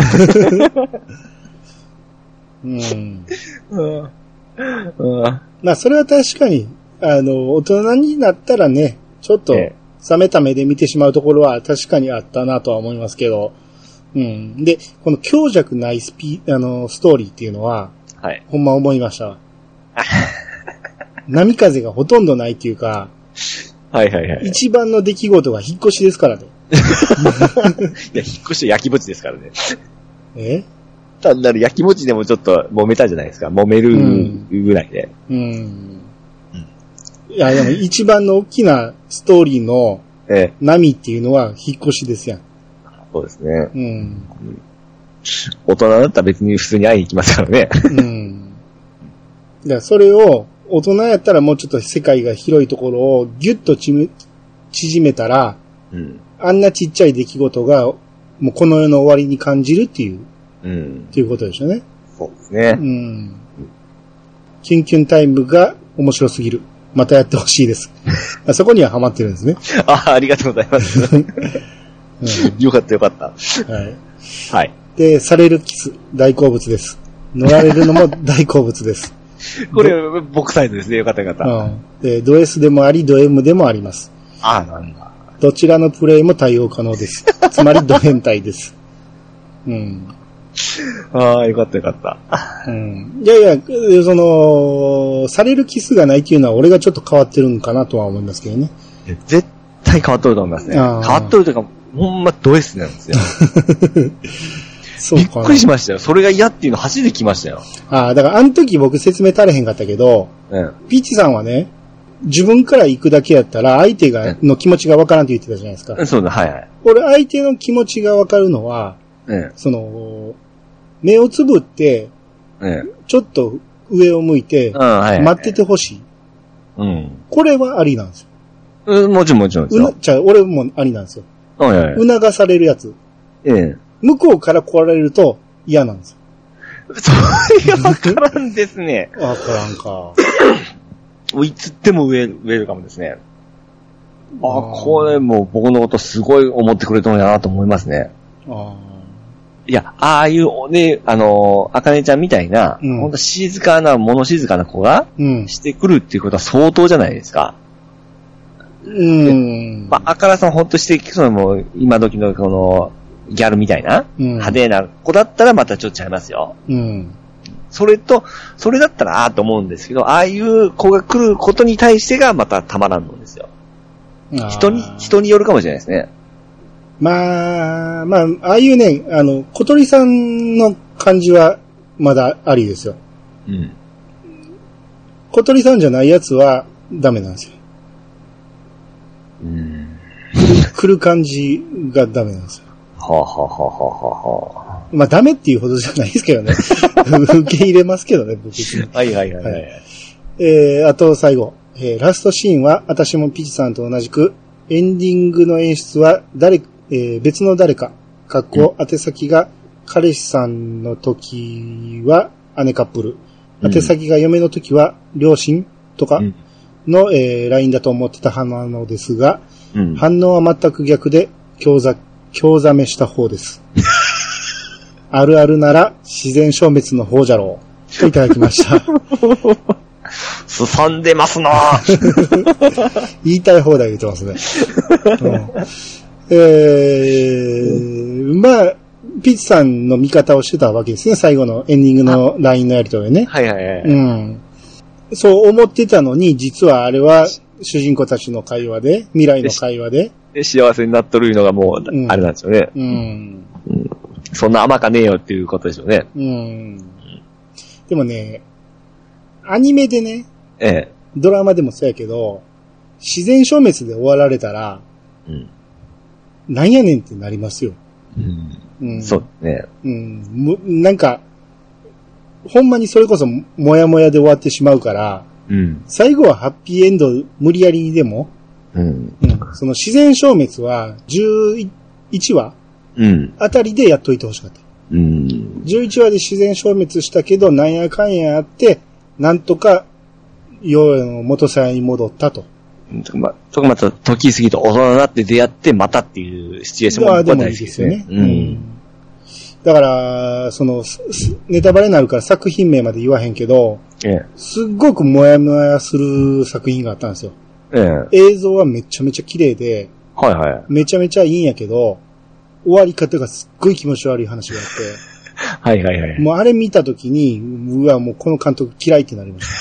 まあそれは確かに大人になったらね、ちょっと冷めた目で見てしまうところは確かにあったなとは思いますけど、で、この強弱ないストーリーっていうのは、ほんま思いました。波風がほとんどないっていうか、一番の出来事が引っ越しですからね。 いや、引っ越しは焼きぼちですからね。単なる焼きもちでもちょっと揉めたじゃないですか。揉めるぐらいで。 いや、でも一番の大きなストーリーの波っていうのは引っ越しですやん。 そうですね。大人だったら別に普通に会いに行きますからね。 だからそれを、大人やったらもうちょっと世界が広いところをギュッと縮めたら、うん、あんなちっちゃい出来事が、もうこの世の終わりに感じるっていう、うん、っていうことでしょうね。 そうですね。 うん。キュンキュンタイムが面白すぎる。またやってほしいです。そこにはハマってるんですね。 ありがとうございます。うん、よかったよかった。はい。はい。 で、されるキス、大好物です。乗られるのも大好物です。 これ、僕サイドですね。よかったよかった。 うん。で、ド S でもあり、ド M でもあります。 なんだ。 どちらのプレイも対応可能です。つまり、ド変態です。うん。 よかったよかった。 うん。いやいや、されるキスがないっていうのは俺がちょっと変わってるんかなとは思いますけどね。 絶対変わっとると思いますね。変わっとるというか、ほんまド S なんですよ。そうかな。びっくりしましたよ。それが嫌っていうの初めて聞きましたよ。 だからあの時僕説明足れへんかったけど、ピッチさんはね、自分から行くだけやったら相手の気持ちがわからんって言ってたじゃないですか。 そうだ、はいはい。 俺相手の気持ちがわかるのは、目をつぶって、ちょっと上を向いて、待っててほしい。うん。これはありなんですよ。もちろんもちろんですよ。 俺もありなんですよ。促されるやつ。向こうから来られると嫌なんですよ。 それがわからんですね。 わからんか。 いつってもウェルカムですね。これもう僕のことすごい思ってくれたんやなと思いますね。いや、ああいうね、あかねちゃんみたいな、ほんと静かな、物静かな子が、してくるっていうことは相当じゃないですか。あからさんほんとしてきそうなもう、今時のこの、ギャルみたいな、派手な子だったらまたちょっとちゃいますよ。それだったらと思うんですけど、ああいう子が来ることに対してがまたたまらんのですよ。人によるかもしれないですね。 ああいうね、小鳥さんの感じはまだありですよ。小鳥さんじゃないやつはダメなんですよ。来る感じがダメなんですよ。ダメっていうほどじゃないですけどね。受け入れますけどね、僕。 はい。 あと最後、ラストシーンは私もピチさんと同じく、エンディングの演出は別の誰か、宛先が彼氏さんの時は姉カップル、宛先が嫁の時は両親とかの、LINE だと思ってた派なのですが、反応は全く逆で興ざめした方です。あるあるなら自然消滅の方じゃろう。といただきました。 すさんでますな言いたい放題言ってますね。ピッチさんの見方をしてたわけですね。最後のエンディングの LINE のやりとりね。 はい。 そう思ってたのに、実はあれは主人公たちの会話で、未来の会話で。 幸せになっとるのがもう、あれなんですよね。そんな甘かねえよっていうことでしょうね。でもね、アニメでね、ドラマでもそうやけど、自然消滅で終わられたら、なんやねんってなりますよ。 そうね。 なんか、ほんまにそれこそもやもやで終わってしまうから、最後はハッピーエンド無理やりにでも、その自然消滅は11話、あたりでやっといてほしかった。11話で自然消滅したけど、なんやかんやあって、なんとか、元さやに戻ったと。 また時過ぎと大人になって出会ってまたっていうシチュエーションもでもいいですよね。だから、ネタバレになるから作品名まで言わへんけど、すっごくもやもやする作品があったんですよ。映像はめちゃめちゃ綺麗で、めちゃめちゃいいんやけど、終わり方がすっごい気持ち悪い話があって、もうあれ見たときに、もうこの監督嫌いってなりました。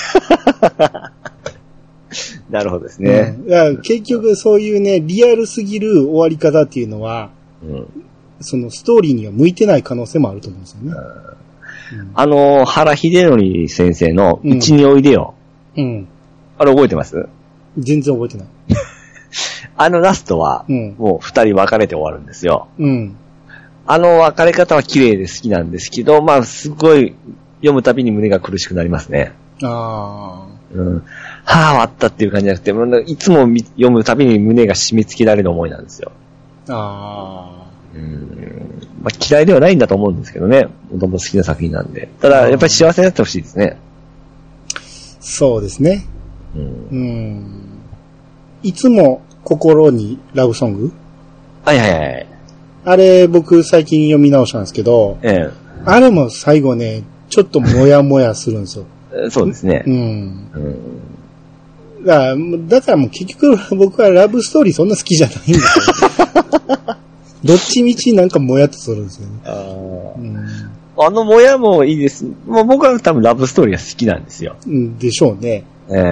なるほどですね。 結局そういうね、リアルすぎる終わり方っていうのは、そのストーリーには向いてない可能性もあると思うんですよね。 原秀則先生のうちにおいでよ。あれ覚えてます？ 全然覚えてない。 ラストは、もう二人別れて終わるんですよ。別れ方は綺麗で好きなんですけど、すごい読むたびに胸が苦しくなりますね。 ああ。 うん。はぁ、あったっていう感じじゃなくて、いつも読むたびに胸が締め付けられる思いなんですよ。 ああ。 まあ、嫌いではないんだと思うんですけどね。もともと好きな作品なんで。ただ、やっぱり幸せになってほしいですね。 そうですね。いつも心にラブソング？ はいはいはい。 あれ、僕最近読み直したんですけど、あれも最後ね、ちょっともやもやするんですよ。 そうですね。 だからもう結局僕はラブストーリーそんな好きじゃないんですよ。どっちみちなんかもやっとするんですよね。 あのもやもいいです。もう僕は多分ラブストーリーが好きなんですよ。 でしょうね。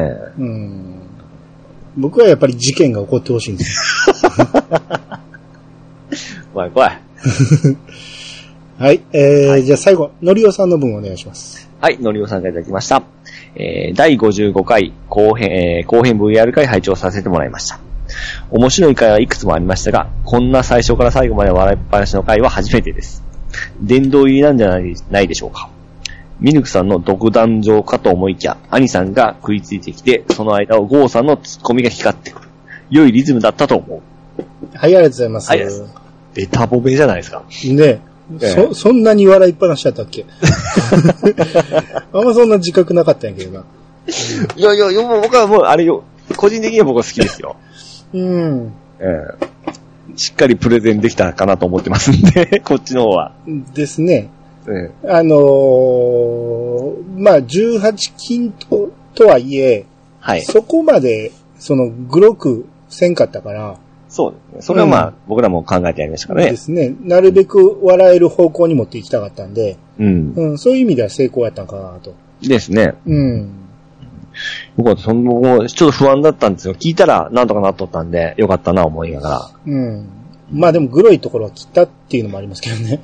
僕はやっぱり事件が起こってほしいんですよ。 怖い怖い。 はい、じゃあ最後、のりおさんの分お願いします。 はい、のりおさんからいただきました。第55回後編 VR 回拝聴させてもらいました。面白い回はいくつもありましたが、こんな最初から最後まで笑いっぱなしの回は初めてです。殿堂入りなんじゃないでしょうか。ミルクさんの独壇場かと思いきや、アニさんが食いついてきて、その間をゴーさんのツッコミが光ってくる。良いリズムだったと思う。 はい、ありがとうございます。 はい、ベタボベじゃないですか。 ねえ。そんなに笑いっぱなしだったっけあんまそんな自覚なかったんやけどな。 いや、僕はもう、あれよ、個人的には僕は好きですよ。しっかりプレゼンできたかなと思ってますんで、こっちの方は。 ですね。まあ、18金とはいえ、はい。そこまで、グロくせんかったから。 そうですね。それはまあ、僕らも考えてやりましたからね。 ですね。なるべく笑える方向に持っていきたかったんで、そういう意味では成功やったんかなと。 ですね。僕はちょっと不安だったんですよ。聞いたらなんとかなっとったんで、よかったな思いながら。 まあでもグロいところは切ったっていうのもありますけどね。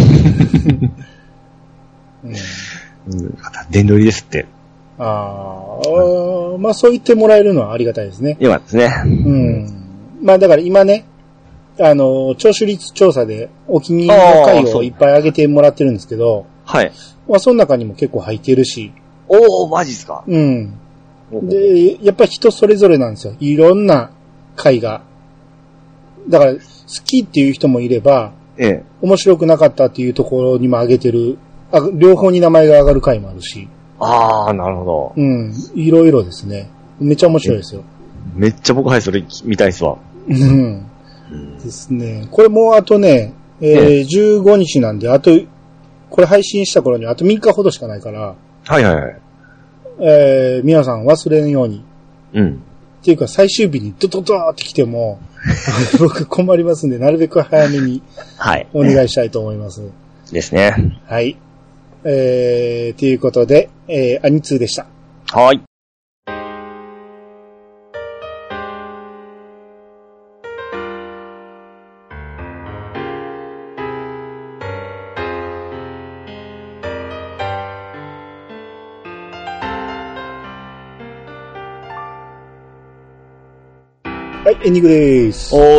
殿堂入りですって。 まあそう言ってもらえるのはありがたいですね。 よかったですね。 まあだから今ね、聴取率調査でお気に入りの回をいっぱい上げてもらってるんですけど、 はい。 まあその中にも結構入ってるし。 マジっすか？ で、やっぱり人それぞれなんですよ。いろんな回が。だから、好きっていう人もいれば、面白くなかったっていうところにも上げてる、両方に名前が上がる回もあるし。 なるほど。 いろいろですね。めっちゃ面白いですよ。 めっちゃ僕それ見たいっすわ。 ですね。これもうあとね、15日なんで、これ配信した頃にあと3日ほどしかないから。 はいはいはい。 皆さん忘れんように。っていうか最終日にドドドーって来ても、僕困りますんで、なるべく早めにお願いしたいと思います。 ですね。 はい。ということで、アニツーでした。 はい。 はい、エンディングでーす。 はい。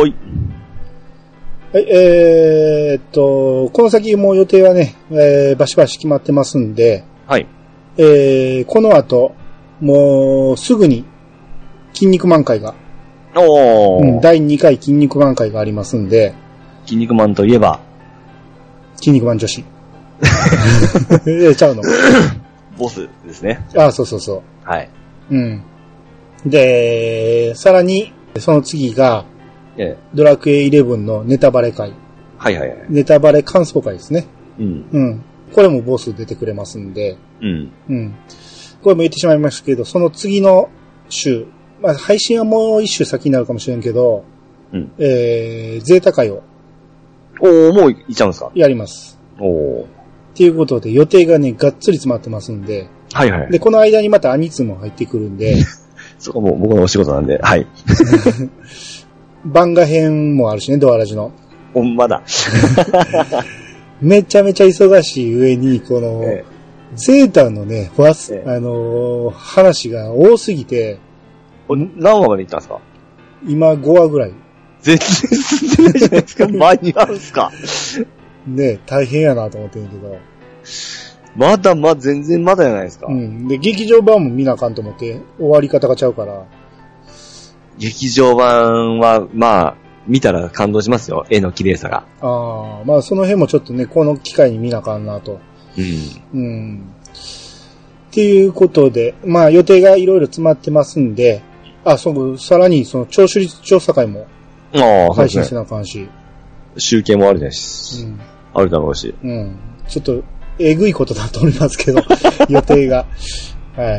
この先もう予定はね、バシバシ決まってますんで、 はい。 この後、もうすぐに、筋肉マン会が、第2回筋肉マン会がありますんで、 筋肉マンといえば、 筋肉マン女子。ちゃうの。 ボスですね。 そうそうそう。 はい。 で、さらに、その次が、ドラクエ11のネタバレ会。 はいはいはい。 ネタバレ感想会ですね。これもボス出てくれますんで。これも言ってしまいましたけど、その次の週、まあ配信はもう一週先になるかもしれんけど、ゼータ会を。 もう行っちゃうんですか？ やります。っていうことで予定がね、がっつり詰まってますんで。 はいはい。 で、この間にまたアニツも入ってくるんで。 そこも僕のお仕事なんで、はい。 番外編もあるしね、ドアラジの。 ほんまだ。 めちゃめちゃ忙しい上に、この、ゼータのね、話が多すぎて。 何話まで行ったんですか？ 今5話ぐらい。 全然進んでないじゃないですか。間に合うんすか？ ね、大変やなと思ってるけど。 全然まだじゃないですか。 うん。で、劇場版も見なあかんと思って、終わり方がちゃうから。 劇場版は、まあ、見たら感動しますよ。絵の綺麗さが。 ああ、まあその辺もちょっとね、この機会に見なあかんなと。うん。うん。っていうことで、まあ予定がいろいろ詰まってますんで、さらにその聴取率調査会も配信してなあかんし。 集計もあるだし、うん、あるだろうし。 うん。ちょっと、えぐいことだと思いますけど、予定が。はい。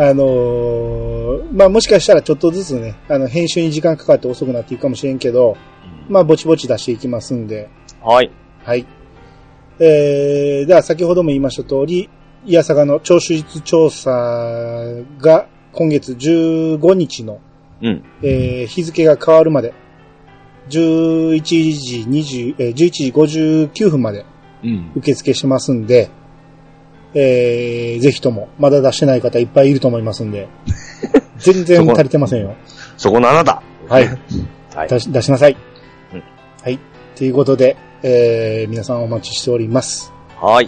まあ、もしかしたらちょっとずつね、編集に時間かかって遅くなっていくかもしれんけど、まあ、ぼちぼち出していきますんで。 はい。 はい。では、先ほども言いました通り、いやさがの聴取率調査が今月15日の、日付が変わるまで、11時59分まで、受付してますんで、ぜひとも、まだ出してない方いっぱいいると思いますんで、全然足りてませんよ。 そこのあなた。 はい。はい、出しなさい。はい。ということで、皆さんお待ちしております。 はい。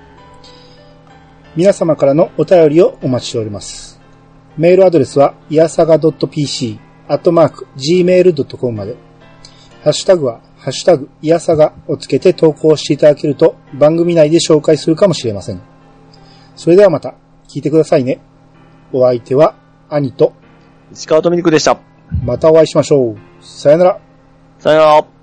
皆様からのお便りをお待ちしております。メールアドレスは、いやさが .pc@gmail.com まで。ハッシュタグは、ハッシュタグ、いやさがをつけて投稿していただけると番組内で紹介するかもしれません。それではまた聞いてくださいね。お相手は兄と石川とみにくでした。 またお会いしましょう。さよなら。 さよなら。